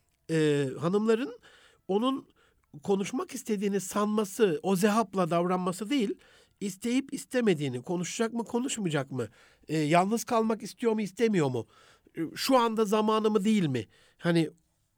Speaker 1: e, hanımların onun konuşmak istediğini sanması, o zehapla davranması değil, isteyip istemediğini, konuşacak mı, konuşmayacak mı, e, yalnız kalmak istiyor mu, istemiyor mu, e, şu anda zamanı mı değil mi? Hani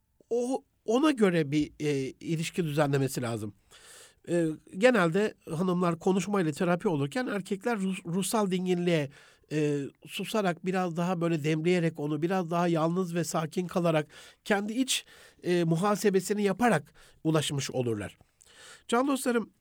Speaker 1: o ona göre bir e, ilişki düzenlemesi lazım. E, genelde hanımlar konuşmayla terapi olurken erkekler ruh- ruhsal dinginliğe e, susarak, biraz daha böyle demleyerek onu, biraz daha yalnız ve sakin kalarak, kendi iç e, muhasebesini yaparak ulaşmış olurlar. Can dostlarım,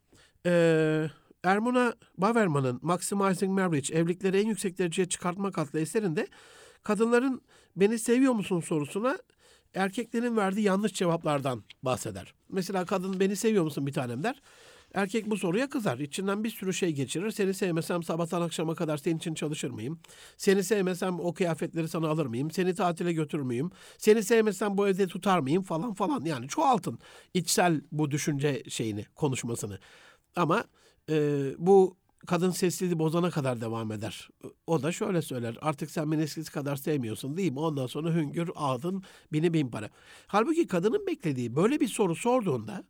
Speaker 1: e, Ermuna Baverman'ın Maximizing Marriage, Evlilikleri En Yüksek Dereceye Çıkartmak adlı eserinde kadınların beni seviyor musun sorusuna erkeklerin verdiği yanlış cevaplardan bahseder. Mesela kadın beni seviyor musun bir tanem der. Erkek bu soruya kızar. İçinden bir sürü şey geçirir. Seni sevmesem sabahtan akşama kadar senin için çalışır mıyım? Seni sevmesem o kıyafetleri sana alır mıyım? Seni tatile götürür müyüm? Seni sevmesem bu evde tutar mıyım? Falan falan. Yani çoğaltın içsel bu düşünce şeyini, konuşmasını. Ama e, bu kadın sessizliği bozana kadar devam eder. O da şöyle söyler. Artık sen beni eskisi kadar sevmiyorsun değil mi? Ondan sonra hüngür ağdın bini bin para. Halbuki kadının beklediği böyle bir soru sorduğunda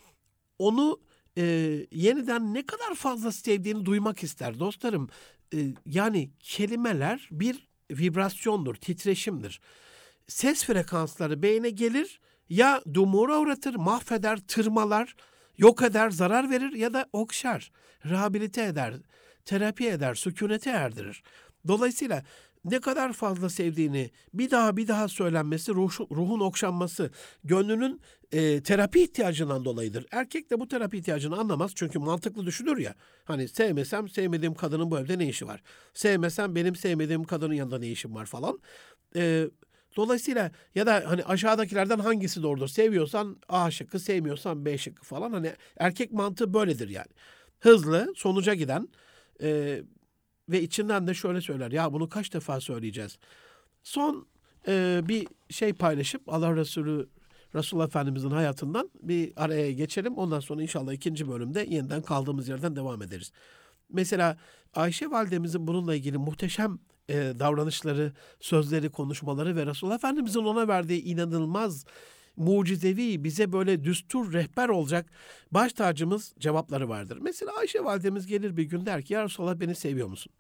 Speaker 1: onu e, yeniden ne kadar fazla sevdiğini duymak ister dostlarım. E, yani kelimeler bir vibrasyondur, titreşimdir. Ses frekansları beyne gelir, ya dumura uğratır, mahveder, tırmalar, yok eder, zarar verir ya da okşar, rehabilite eder, terapi eder, sükunete erdirir. Dolayısıyla ne kadar fazla sevdiğini bir daha bir daha söylenmesi, ruh, ruhun okşanması, gönlünün e, terapi ihtiyacından dolayıdır. Erkek de bu terapi ihtiyacını anlamaz çünkü mantıklı düşünür ya. Hani sevmesem sevmediğim kadının bu evde ne işi var? Sevmesem benim sevmediğim kadının yanında ne işim var falan. E, dolayısıyla ya da hani aşağıdakilerden hangisi doğrudur? Seviyorsan A şıkkı, sevmiyorsan B şıkkı falan. Hani erkek mantığı böyledir yani. Hızlı, sonuca giden e, ve içinden de şöyle söyler. Ya bunu kaç defa söyleyeceğiz? Son e, bir şey paylaşıp Allah Resulü Resulullah Efendimizin hayatından bir araya geçelim. Ondan sonra inşallah ikinci bölümde yeniden kaldığımız yerden devam ederiz. Mesela Ayşe validemizin bununla ilgili muhteşem e, davranışları, sözleri, konuşmaları ve Resulullah Efendimizin ona verdiği inanılmaz mucizevi, bize böyle düstur, rehber olacak baş tacımız cevapları vardır. Mesela Ayşe validemiz gelir bir gün der ki ya Resulallah beni seviyor musun?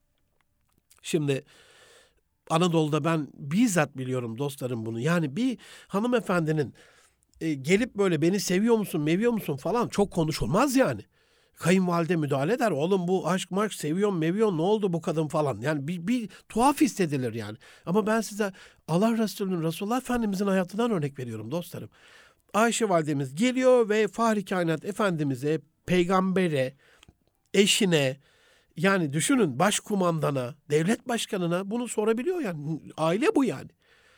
Speaker 1: Şimdi Anadolu'da ben bizzat biliyorum dostlarım bunu. Yani bir hanımefendinin e, gelip böyle beni seviyor musun, meviyor musun falan çok konuşulmaz yani. Kayınvalide müdahale eder. Oğlum bu aşk marş seviyorum meviyorum ne oldu bu kadın falan. Yani bir, bir tuhaf hissedilir yani. Ama ben size Allah Resulü'nün, Resulullah Efendimizin hayatından örnek veriyorum dostlarım. Ayşe validemiz geliyor ve Fahri Kainat Efendimiz'e, peygambere, eşine, yani düşünün başkumandana, devlet başkanına bunu sorabiliyor yani. Aile bu yani.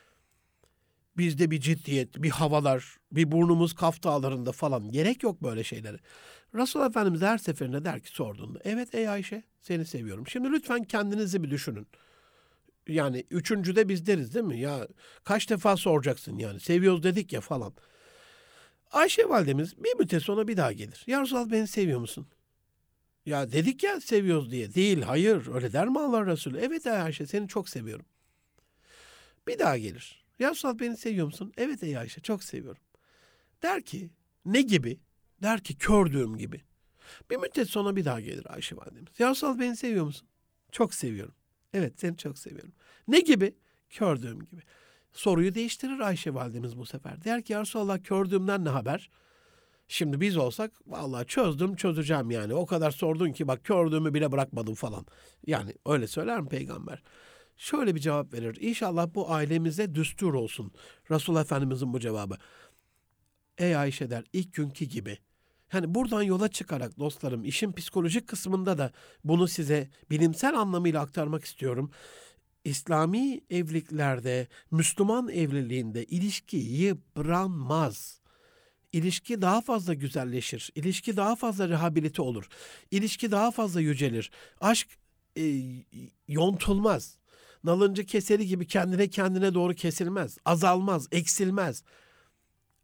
Speaker 1: Bizde bir ciddiyet, bir havalar, bir burnumuz Kaf Dağları'nda falan. Gerek yok böyle şeylere. Resulullah Efendimiz her seferinde der ki sorduğunda, evet ey Ayşe seni seviyorum. Şimdi lütfen kendinizi bir düşünün. Yani üçüncüde biz deriz değil mi? Ya kaç defa soracaksın yani seviyoruz dedik ya falan. Ayşe validemiz bir müddet sonra bir daha gelir. Ya Resulallah beni seviyor musun? Ya dedik ya seviyoruz diye. Değil, hayır. Öyle der mi Allah Resulü? Evet ey Ayşe seni çok seviyorum. Bir daha gelir. Ya Resulallah beni seviyor musun? Evet ey Ayşe çok seviyorum. Der ki ne gibi? Der ki kördüğüm gibi. Bir müddet sonra bir daha gelir Ayşe validemiz. Ya Resulallah beni seviyor musun? Çok seviyorum. Evet seni çok seviyorum. Ne gibi? Kördüğüm gibi. Soruyu değiştirir Ayşe validemiz bu sefer. Der ki ya Resulallah kördüğümden ne haber? Şimdi biz olsak vallahi çözdüm çözeceğim yani. O kadar sordun ki bak kördüğümü bile bırakmadım falan. Yani öyle söyler mi peygamber? Şöyle bir cevap verir. İnşallah bu ailemize düstur olsun. Resulullah Efendimizin bu cevabı. Ey Ayşe der ilk günkü gibi. Yani buradan yola çıkarak dostlarım işin psikolojik kısmında da bunu size bilimsel anlamıyla aktarmak istiyorum. İslami evliliklerde, Müslüman evliliğinde ilişki yıpranmaz. İlişki daha fazla güzelleşir. İlişki daha fazla rehabilite olur. İlişki daha fazla yücelir. Aşk e, yontulmaz. Nalıncı keseri gibi kendine kendine doğru kesilmez. Azalmaz, eksilmez.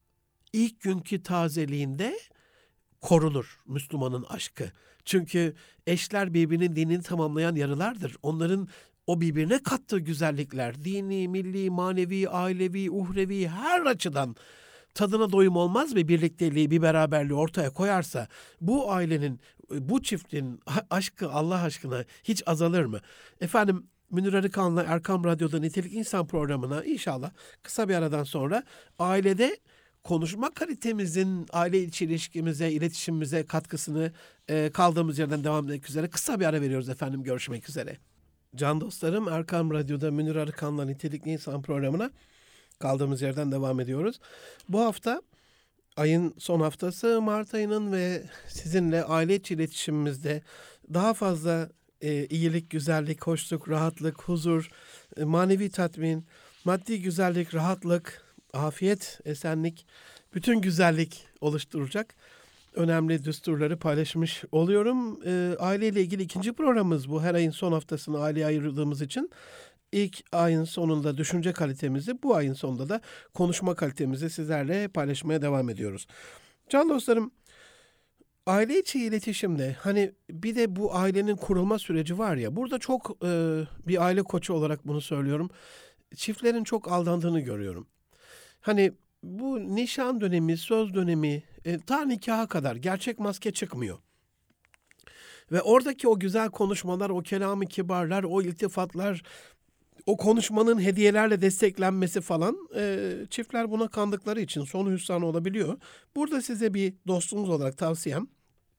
Speaker 1: ilk günkü tazeliğinde korunur Müslümanın aşkı. Çünkü eşler birbirinin dinini tamamlayan yarılardır. Onların o birbirine kattığı güzellikler, dini, milli, manevi, ailevi, uhrevi her açıdan tadına doyum olmaz ve birlikteliği, bir beraberliği ortaya koyarsa bu ailenin, bu çiftin aşkı Allah aşkına hiç azalır mı? Efendim, Münir Arıkan'la Erkam Radyo'da Nitelik İnsan programına inşallah kısa bir aradan sonra ailede konuşma kalitemizin aile içi ilişkimize, iletişimimize katkısını e, kaldığımız yerden devam etmek üzere kısa bir ara veriyoruz efendim. Görüşmek üzere. Can dostlarım, Erkam Radyo'da Münir Arıkan'la Nitelikli İnsan programına kaldığımız yerden devam ediyoruz. Bu hafta ayın son haftası, Mart ayının ve sizinle aile içi iletişimimizde daha fazla e, iyilik, güzellik, hoşluk, rahatlık, huzur, e, manevi tatmin, maddi güzellik, rahatlık, afiyet, esenlik, bütün güzellik oluşturacak önemli düsturları paylaşmış oluyorum. E, aileyle ilgili ikinci programımız bu. Her ayın son haftasını aileye ayırdığımız için ilk ayın sonunda düşünce kalitemizi, bu ayın sonunda da konuşma kalitemizi sizlerle paylaşmaya devam ediyoruz. Can dostlarım, aile içi iletişimde hani bir de bu ailenin kurulma süreci var ya, burada çok e, bir aile koçu olarak bunu söylüyorum. Çiftlerin çok aldandığını görüyorum. Hani bu nişan dönemi, söz dönemi, e, ta nikaha kadar gerçek maske çıkmıyor. Ve oradaki o güzel konuşmalar, o kelam-ı kibarlar, o iltifatlar, o konuşmanın hediyelerle desteklenmesi falan, e, çiftler buna kandıkları için sonu hüsran olabiliyor. Burada size bir dostunuz olarak tavsiyem,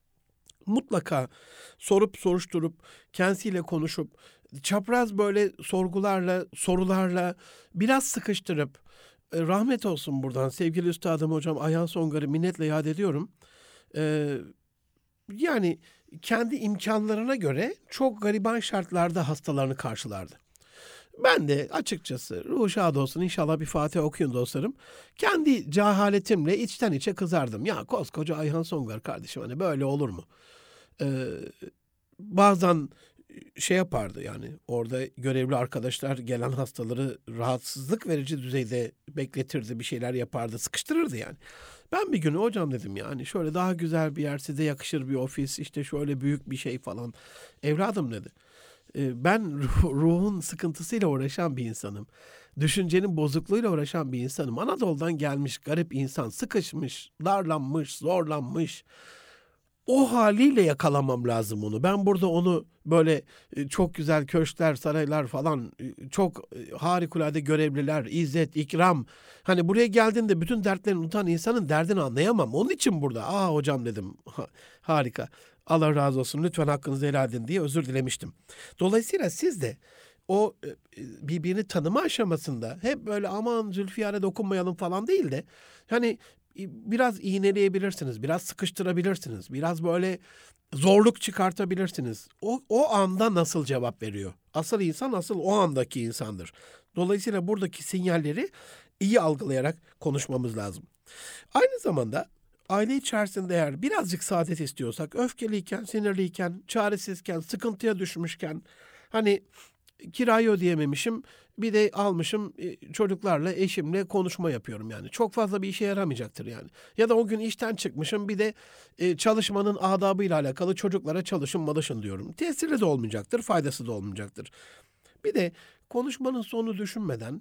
Speaker 1: mutlaka sorup soruşturup, kendisiyle konuşup, çapraz böyle sorgularla, sorularla biraz sıkıştırıp, e, rahmet olsun buradan sevgili üstadım hocam Ayhan Songar'ı minnetle yad ediyorum. E, yani kendi imkanlarına göre çok gariban şartlarda hastalarını karşılardı. Ben de açıkçası ruhu şad olsun, inşallah bir Fatiha okuyun dostlarım. Kendi cehaletimle içten içe kızardım. Ya koskoca Ayhan Songar kardeşim, hani böyle olur mu? Ee, bazen şey yapardı, yani orada görevli arkadaşlar gelen hastaları rahatsızlık verici düzeyde bekletirdi, bir şeyler yapardı, sıkıştırırdı yani. Ben bir gün hocam dedim, yani şöyle daha güzel bir yer, size yakışır bir ofis, işte şöyle büyük bir şey falan. Evladım dedi, ben ruhun sıkıntısıyla uğraşan bir insanım. Düşüncenin bozukluğuyla uğraşan bir insanım. Anadolu'dan gelmiş garip insan, sıkışmış, darlanmış, zorlanmış. O haliyle yakalamam lazım onu. Ben burada onu böyle çok güzel köşkler, saraylar falan, çok harikulade görevliler, izzet, ikram. Hani buraya geldiğinde bütün dertlerini unutan insanın derdini anlayamam. Onun için burada. Aa hocam dedim, ha, harika. Allah razı olsun, lütfen hakkınızı helal edin diye özür dilemiştim. Dolayısıyla siz de o birbirini tanıma aşamasında hep böyle aman Zülfiyar'a dokunmayalım falan değil de hani biraz iğneleyebilirsiniz, biraz sıkıştırabilirsiniz, biraz böyle zorluk çıkartabilirsiniz. O, o anda nasıl cevap veriyor? Asıl insan asıl o andaki insandır. Dolayısıyla buradaki sinyalleri iyi algılayarak konuşmamız lazım. Aynı zamanda aile içerisinde eğer birazcık saadet istiyorsak, öfkeliyken, sinirliyken, çaresizken, sıkıntıya düşmüşken, hani kirayı ödeyememişim, bir de almışım çocuklarla, eşimle konuşma yapıyorum yani. Çok fazla bir işe yaramayacaktır yani. Ya da o gün işten çıkmışım, bir de çalışmanın adabıyla alakalı çocuklara çalışın malışın diyorum. Tesirli de olmayacaktır, faydası da olmayacaktır. Bir de konuşmanın sonunu düşünmeden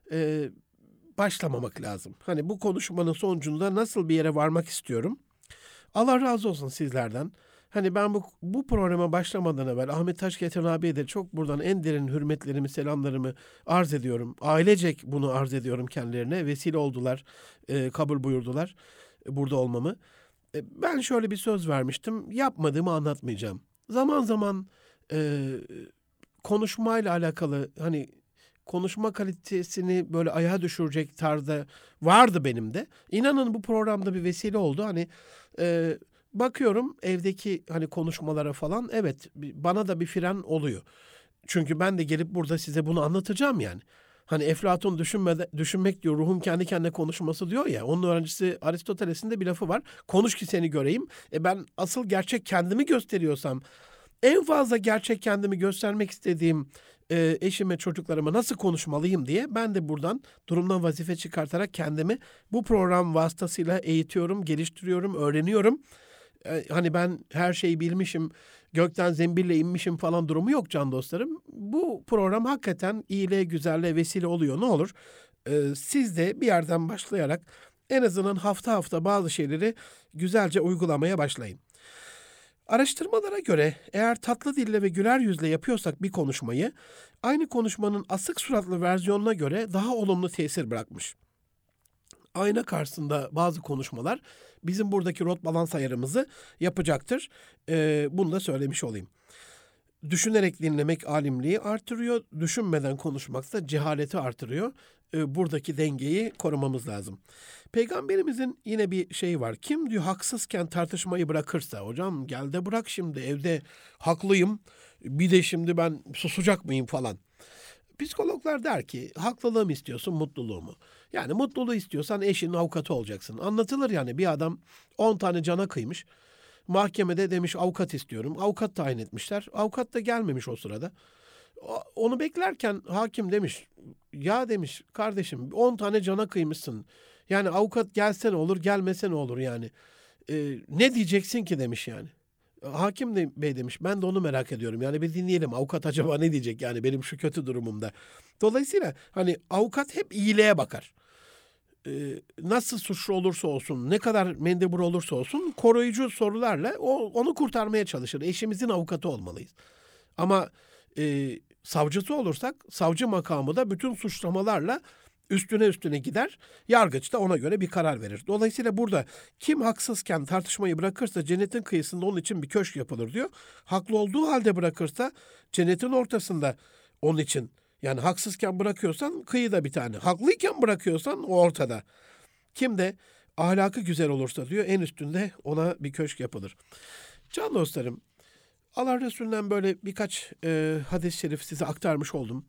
Speaker 1: e, başlamamak lazım. Hani bu konuşmanın sonucunda nasıl bir yere varmak istiyorum? Allah razı olsun sizlerden. Hani ben bu, bu programa başlamadan evvel Ahmet Taşketen abiye de çok buradan en derin hürmetlerimi, selamlarımı arz ediyorum. Ailecek bunu arz ediyorum kendilerine. Vesile oldular, e, kabul buyurdular e, burada olmamı. E, ben şöyle bir söz vermiştim, yapmadığımı anlatmayacağım. Zaman zaman e, konuşmayla alakalı, hani konuşma kalitesini böyle ayağa düşürecek tarzda vardı benim de. İnanın bu programda bir vesile oldu. Hani e, bakıyorum evdeki hani konuşmalara falan, evet bana da bir fren oluyor. Çünkü ben de gelip burada size bunu anlatacağım yani. Hani Eflatun düşünmede, düşünmek diyor, ruhun kendi kendine konuşması diyor ya. Onun öğrencisi Aristoteles'in de bir lafı var. Konuş ki seni göreyim. E ben asıl gerçek kendimi gösteriyorsam, En fazla gerçek kendimi göstermek istediğim e, eşime, çocuklarıma nasıl konuşmalıyım diye ben de buradan durumdan vazife çıkartarak kendimi bu program vasıtasıyla eğitiyorum, geliştiriyorum, öğreniyorum. E, hani ben her şeyi bilmişim, gökten zembille inmişim falan durumu yok can dostlarım. Bu program hakikaten iyiliğe, güzelliğe vesile oluyor. Ne olur e, siz de bir yerden başlayarak en azından hafta hafta bazı şeyleri güzelce uygulamaya başlayın. Araştırmalara göre eğer tatlı dille ve güler yüzle yapıyorsak bir konuşmayı, aynı konuşmanın asık suratlı versiyonuna göre daha olumlu tesir bırakmış. Ayna karşısında bazı konuşmalar bizim buradaki rot balans ayarımızı yapacaktır. Ee, bunu da söylemiş olayım. Düşünerek dinlemek alimliği artırıyor, düşünmeden konuşmak da cehaleti artırıyor. Ee, buradaki dengeyi korumamız lazım. Peygamberimizin yine bir şeyi var. Kim diyor haksızken tartışmayı bırakırsa, hocam gel de bırak şimdi evde haklıyım, bir de şimdi ben susacak mıyım falan. Psikologlar der ki haklılığı mı istiyorsun, mutluluğu mu? Yani mutluluğu istiyorsan eşinin avukatı olacaksın. Anlatılır yani bir adam on tane cana kıymış. Mahkemede demiş avukat istiyorum. Avukat tayin etmişler. Avukat da gelmemiş o sırada. Onu beklerken hakim demiş ya demiş kardeşim on tane cana kıymışsın. Yani avukat gelse ne olur gelmese ne olur yani. Ee, ne diyeceksin ki demiş yani. Hakim de, bey demiş ben de onu merak ediyorum. Yani bir dinleyelim avukat acaba ne diyecek yani benim şu kötü durumumda. Dolayısıyla hani avukat hep iyiliğe bakar. Ee, nasıl suçlu olursa olsun, ne kadar mendebur olursa olsun koruyucu sorularla o, onu kurtarmaya çalışır. Eşimizin avukatı olmalıyız. Ama e, savcısı olursak savcı makamı da bütün suçlamalarla üstüne üstüne gider. Yargıç da ona göre bir karar verir. Dolayısıyla burada kim haksızken tartışmayı bırakırsa cennetin kıyısında onun için bir köşk yapılır diyor. Haklı olduğu halde bırakırsa cennetin ortasında onun için yani haksızken bırakıyorsan kıyıda bir tane. Haklıyken bırakıyorsan o ortada. Kim de ahlakı güzel olursa diyor en üstünde ona bir köşk yapılır. Can dostlarım Allah Resulü'nden böyle birkaç e, hadis-i şerif size aktarmış oldum.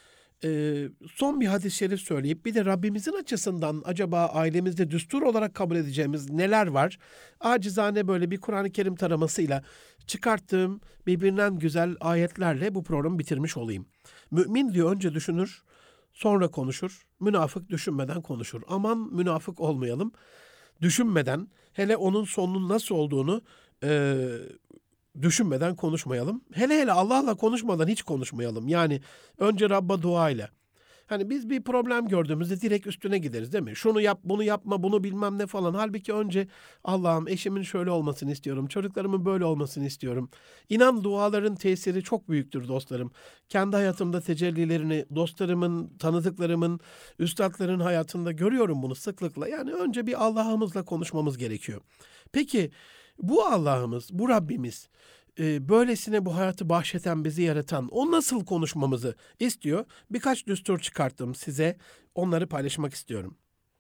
Speaker 1: E, son bir hadis-i şerif söyleyip bir de Rabbimizin açısından acaba ailemizde düstur olarak kabul edeceğimiz neler var? Acizane böyle bir Kur'an-ı Kerim taramasıyla çıkarttığım birbirinden güzel ayetlerle bu programı bitirmiş olayım. Mümin diyor önce düşünür, sonra konuşur. Münafık düşünmeden konuşur. Aman münafık olmayalım. Düşünmeden, hele onun sonunun nasıl olduğunu e, düşünmeden konuşmayalım. Hele hele Allah'la konuşmadan hiç konuşmayalım. Yani önce Rabb'a dua ile. Hani biz bir problem gördüğümüzde direkt üstüne gideriz değil mi? Şunu yap, bunu yapma, bunu bilmem ne falan. Halbuki önce Allah'ım eşimin şöyle olmasını istiyorum. Çocuklarımın böyle olmasını istiyorum. İnan duaların tesiri çok büyüktür dostlarım. Kendi hayatımda tecellilerini, dostlarımın, tanıdıklarımın, üstadların hayatında görüyorum bunu sıklıkla. Yani önce bir Allah'ımızla konuşmamız gerekiyor. Peki bu Allah'ımız, bu Rabbimiz e, böylesine bu hayatı bahşeten, bizi yaratan, o nasıl konuşmamızı istiyor? Birkaç düstur çıkarttım size, onları paylaşmak istiyorum.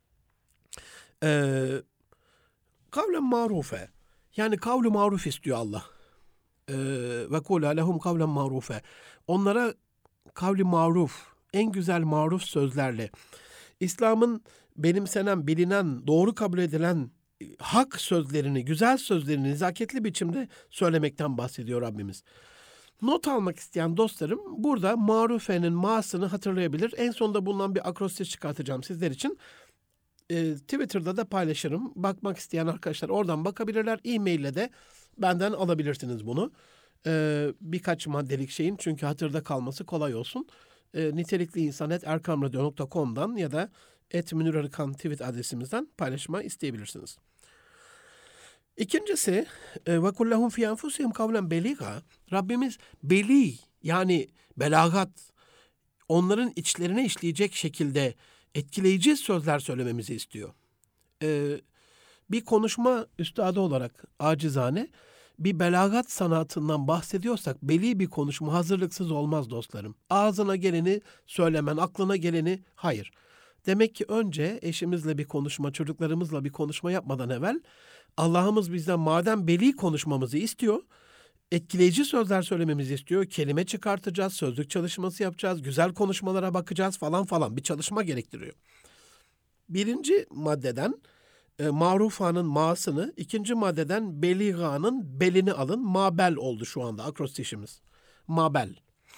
Speaker 1: Ee, kavlen marufe, yani kavlu maruf istiyor Allah. Ee, ve kul lehum kavlen marufe. Onlara kavli maruf, en güzel maruf sözlerle, İslam'ın benimsenen, bilinen, doğru kabul edilen hak sözlerini, güzel sözlerini nezaketli biçimde söylemekten bahsediyor Rabbimiz. Not almak isteyen dostlarım burada marufenin ma'sını hatırlayabilir. En sonunda bundan bir akrostiş çıkartacağım sizler için. Ee, Twitter'da da paylaşırım. Bakmak isteyen arkadaşlar oradan bakabilirler. E-mail'le de benden alabilirsiniz bunu. Ee, birkaç maddelik şeyin çünkü hatırda kalması kolay olsun. Ee, nitelikli insan et erkamradyo nokta com'dan ya da et Münir Arıkan tweet adresimizden paylaşma isteyebilirsiniz. İkincisi ve kullahum fi enfusihim kavlen beliga. Rabbimiz beli yani belagat onların içlerine işleyecek şekilde etkileyici sözler söylememizi istiyor. Ee, bir konuşma üstadı olarak acizane bir belagat sanatından bahsediyorsak beli bir konuşma hazırlıksız olmaz dostlarım. Ağzına geleni söylemen, aklına geleni hayır. Demek ki önce eşimizle bir konuşma, çocuklarımızla bir konuşma yapmadan evvel Allah'ımız bizden madem beli konuşmamızı istiyor, etkileyici sözler söylememizi istiyor, kelime çıkartacağız, sözlük çalışması yapacağız, güzel konuşmalara bakacağız falan falan bir çalışma gerektiriyor. Birinci maddeden e, marufanın ma'sını, ikinci maddeden beliga'nın belini alın. Mabel oldu şu anda akrostişimiz. Mabel.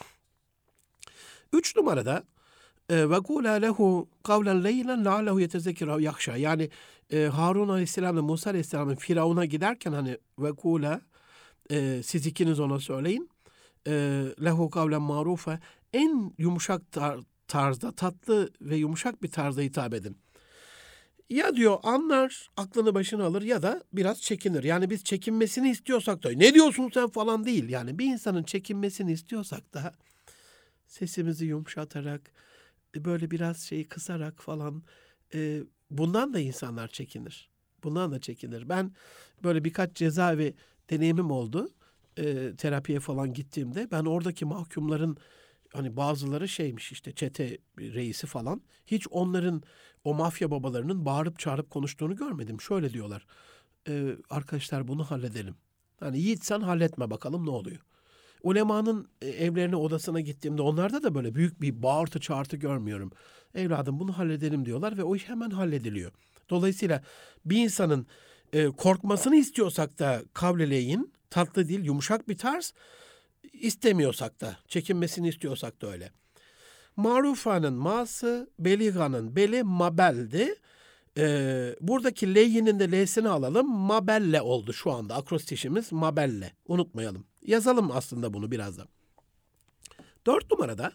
Speaker 1: Üç numarada ve kula lehu kavlen leylen la'allehu yetezekkir yakşa. Yani e, Harun Aleyhisselam ve Musa Aleyhisselam'ın Firavun'a giderken hani ve kula e, siz ikiniz ona söyleyin. E, lehu kavlen marufa, en yumuşak tar- tarzda, tatlı ve yumuşak bir tarzda hitap edin. Ya diyor anlar, aklını başına alır ya da biraz çekinir. Yani biz çekinmesini istiyorsak da ne diyorsun sen falan değil. Yani bir insanın çekinmesini istiyorsak da sesimizi yumuşatarak, böyle biraz şeyi kısarak falan, e, bundan da insanlar çekinir. Bundan da çekinir. Ben böyle birkaç cezaevi deneyimim oldu. E, terapiye falan gittiğimde ben oradaki mahkumların hani bazıları şeymiş işte çete reisi falan. Hiç onların o mafya babalarının bağırıp çağırıp konuştuğunu görmedim. Şöyle diyorlar. E, arkadaşlar bunu halledelim. Hani Yiğit sen halletme bakalım ne oluyor. Ulemanın evlerine, odasına gittiğimde onlarda da böyle büyük bir bağırtı çağırtı görmüyorum. Evladım bunu halledelim diyorlar ve o iş hemen hallediliyor. Dolayısıyla bir insanın e, korkmasını istiyorsak da kavleleyin, tatlı değil, yumuşak bir tarz, istemiyorsak da, çekinmesini istiyorsak da öyle. Marufanın ma'sı, beliga'nın beli mabeldi. Ee, buradaki leyyinin de l'sini alalım. Mabelle oldu şu anda. Akrostişimiz mabelle. Unutmayalım. Yazalım aslında bunu birazdan. Dört numarada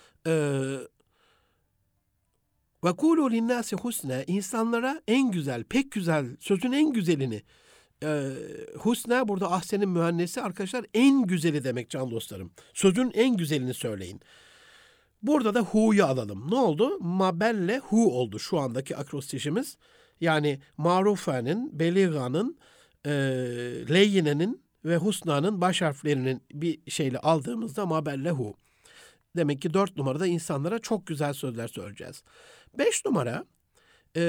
Speaker 1: ve kulu linnâsi husne, insanlara en güzel, pek güzel, sözün en güzelini, e, husne burada ahsenin müennesi arkadaşlar, en güzeli demek can dostlarım. Sözün en güzelini söyleyin. Burada da hu'yu alalım. Ne oldu? Mabelle hu oldu şu andaki akrostişimiz. Yani marufe'nin, beliga'nın, e, leyyine'nin ve husna'nın baş harflerinin bir şeyle aldığımızda mabelle hu. Demek ki dört numarada insanlara çok güzel sözler söyleyeceğiz. Beş numara, e,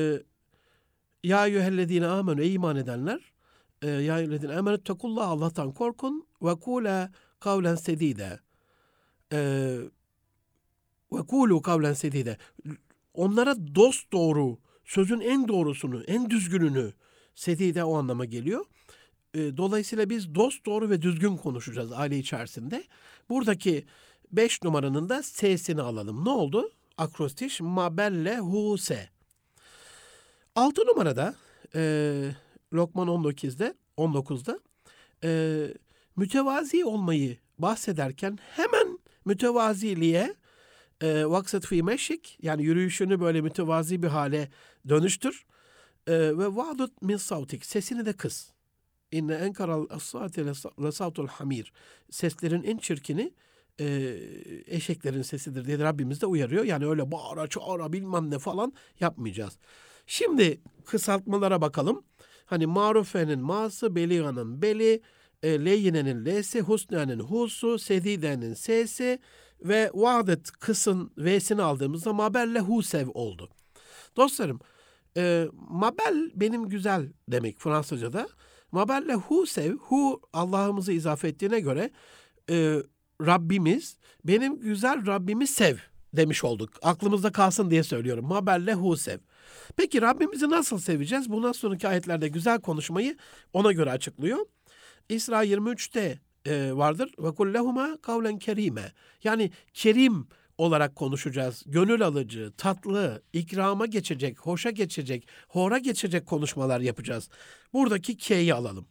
Speaker 1: ya eyyühellezine amenu, ey iman edenler, e, ya eyyühellezine amenu tekullah, Allah'tan korkun ve kula kavlen sedide. E, Ve kulu kavlen sedide. Onlara dost doğru, sözün en doğrusunu, en düzgününü, sedide o anlama geliyor. E, dolayısıyla biz dost doğru ve düzgün konuşacağız aile içerisinde. Buradaki beş numaranın da s'sini alalım. Ne oldu? Akrostiş mabelle huse. Altı numarada e, Lokman on dokuzda on dokuzda e, mütevazi olmayı bahsederken hemen mütevaziliğe e, vaksat fi meşik, yani yürüyüşünü böyle mütevazi bir hale dönüştür. E, ve va'dut min savtik, sesini de kıs. İnne enkaral as-saati lesavtul hamir. Seslerin en çirkini e, eşeklerin sesidir diye Rabbimiz de uyarıyor. Yani öyle bağıra çağıra bilmem ne falan yapmayacağız. Şimdi kısaltmalara bakalım. Hani marufe'nin ma'sı, beliga'nın beli, e, leyyine'nin l'si, husne'nin husu, sedide'nin s'si ve va'det kısın v'sini aldığımızda mabelle husev oldu. Dostlarım, e, mabel benim güzel demek Fransızca'da. Mabelle husev, hu Allah'ımızı izafe ettiğine göre e, Rabbimiz, benim güzel Rabbimi sev demiş olduk. Aklımızda kalsın diye söylüyorum. Mabelle husev. Peki Rabbimizi nasıl seveceğiz? Bundan sonraki ayetlerde güzel konuşmayı ona göre açıklıyor. İsra yirmi üçte e, vardır. Ve kullehuma kavlen kerime. Yani kerim olarak konuşacağız. Gönül alıcı, tatlı, ikrama geçecek, hoşa geçecek, hora geçecek konuşmalar yapacağız. Buradaki K'yi alalım.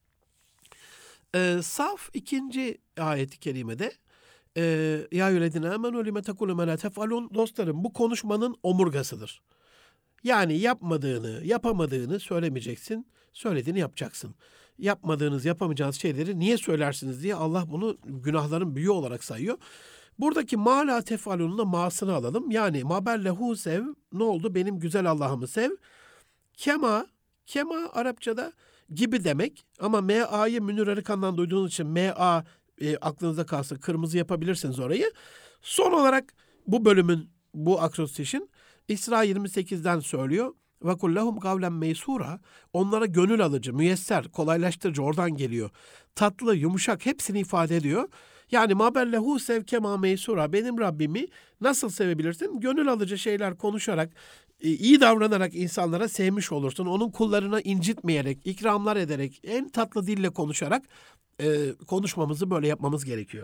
Speaker 1: E, Saf ikinci ayet-i kerimede e, ya yüledine amenu lime tekulu me la tef'alun, dostlarım bu konuşmanın omurgasıdır. Yani yapmadığını, yapamadığını söylemeyeceksin, söylediğini yapacaksın. Yapmadığınız, yapamayacağınız şeyleri niye söylersiniz diye Allah bunu günahların büyüğü olarak sayıyor. Buradaki ma la tef'alun'un da ma'sını alalım. Yani mabellehu sev, ne oldu? Benim güzel Allah'ımı sev. Kema, kema Arapçada gibi demek ama M-A'yı Münir Arıkan'dan duyduğunuz için M-A e, aklınızda kalsın, kırmızı yapabilirsiniz orayı. Son olarak bu bölümün, bu akrostişin İsra yirmi sekizden söylüyor. Ve kullahum kavlen meysura, onlara gönül alıcı, müyesser, kolaylaştırıcı oradan geliyor. Tatlı, yumuşak hepsini ifade ediyor. Yani mabellehu sevkema meysura, benim Rabbimi nasıl sevebilirsin? Gönül alıcı şeyler konuşarak, e, iyi davranarak insanlara sevmiş olursun. Onun kullarına incitmeyerek, ikramlar ederek, en tatlı dille konuşarak e, konuşmamızı böyle yapmamız gerekiyor.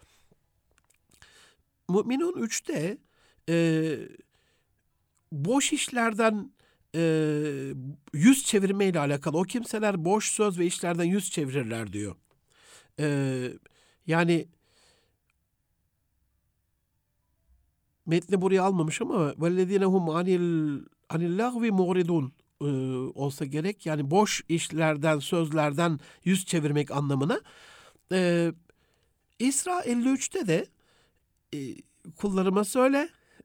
Speaker 1: Mü'minun üçte e, boş işlerden e, yüz çevirme ile alakalı. O kimseler boş söz ve işlerden yüz çevirirler diyor. E, yani metni buraya almamış ama وَالَّذ۪ينَ هُمْ عَنِ اللّٰغْوِ مُغْرِدُونَ olsa gerek. Yani boş işlerden, sözlerden yüz çevirmek anlamına. Ee, İsra elli üçte de e, kullarıma söyle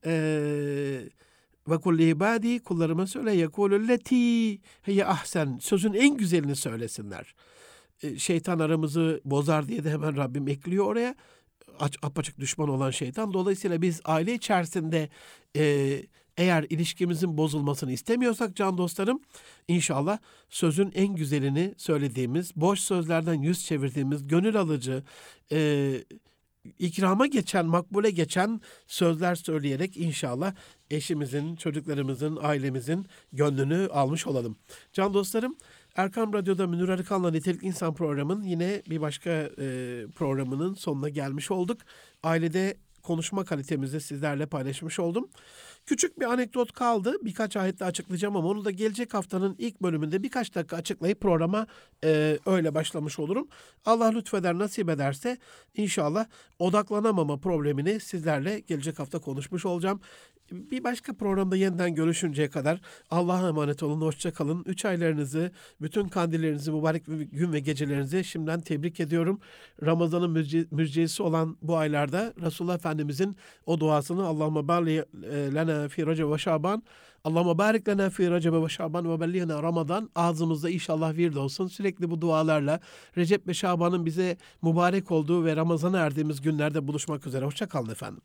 Speaker 1: ve kulli ibadi kullarıma söyle yekulülleti hiye ahsen, sözün en güzelini söylesinler. E, şeytan aramızı bozar diye de hemen Rabbim ekliyor oraya. Aç, apaçık düşman olan şeytan. Dolayısıyla biz aile içerisinde e, eğer ilişkimizin bozulmasını istemiyorsak can dostlarım, inşallah sözün en güzelini söylediğimiz, boş sözlerden yüz çevirdiğimiz, gönül alıcı, e, ikrama geçen, makbule geçen sözler söyleyerek inşallah eşimizin, çocuklarımızın, ailemizin gönlünü almış olalım. Can dostlarım, Erkam Radyo'da Münir Arıkan'la Nitelikli İnsan programının yine bir başka e, programının sonuna gelmiş olduk. Ailede konuşma kalitemizi sizlerle paylaşmış oldum. Küçük bir anekdot kaldı. Birkaç ayetle açıklayacağım ama onu da gelecek haftanın ilk bölümünde birkaç dakika açıklayıp programa e, öyle başlamış olurum. Allah lütfeder, nasip ederse inşallah odaklanamama problemini sizlerle gelecek hafta konuşmuş olacağım. Bir başka programda yeniden görüşünceye kadar Allah'a emanet olun, hoşça kalın. Üç aylarınızı, bütün kandillerinizi, mübarek gün ve gecelerinizi şimdiden tebrik ediyorum. Ramazan'ın müjde, müjdesi olan bu aylarda Resulullah Efendimizin o duasını Allahümme barik lena fi Recep ve Şaban, Allahümme barik lena fi Recep ve Şaban ve bellighna Ramazan ağzımızda inşallah vird olsun. Sürekli bu dualarla Recep ve Şaban'ın bize mübarek olduğu ve Ramazan'a erdiğimiz günlerde buluşmak üzere. Hoşça kalın efendim.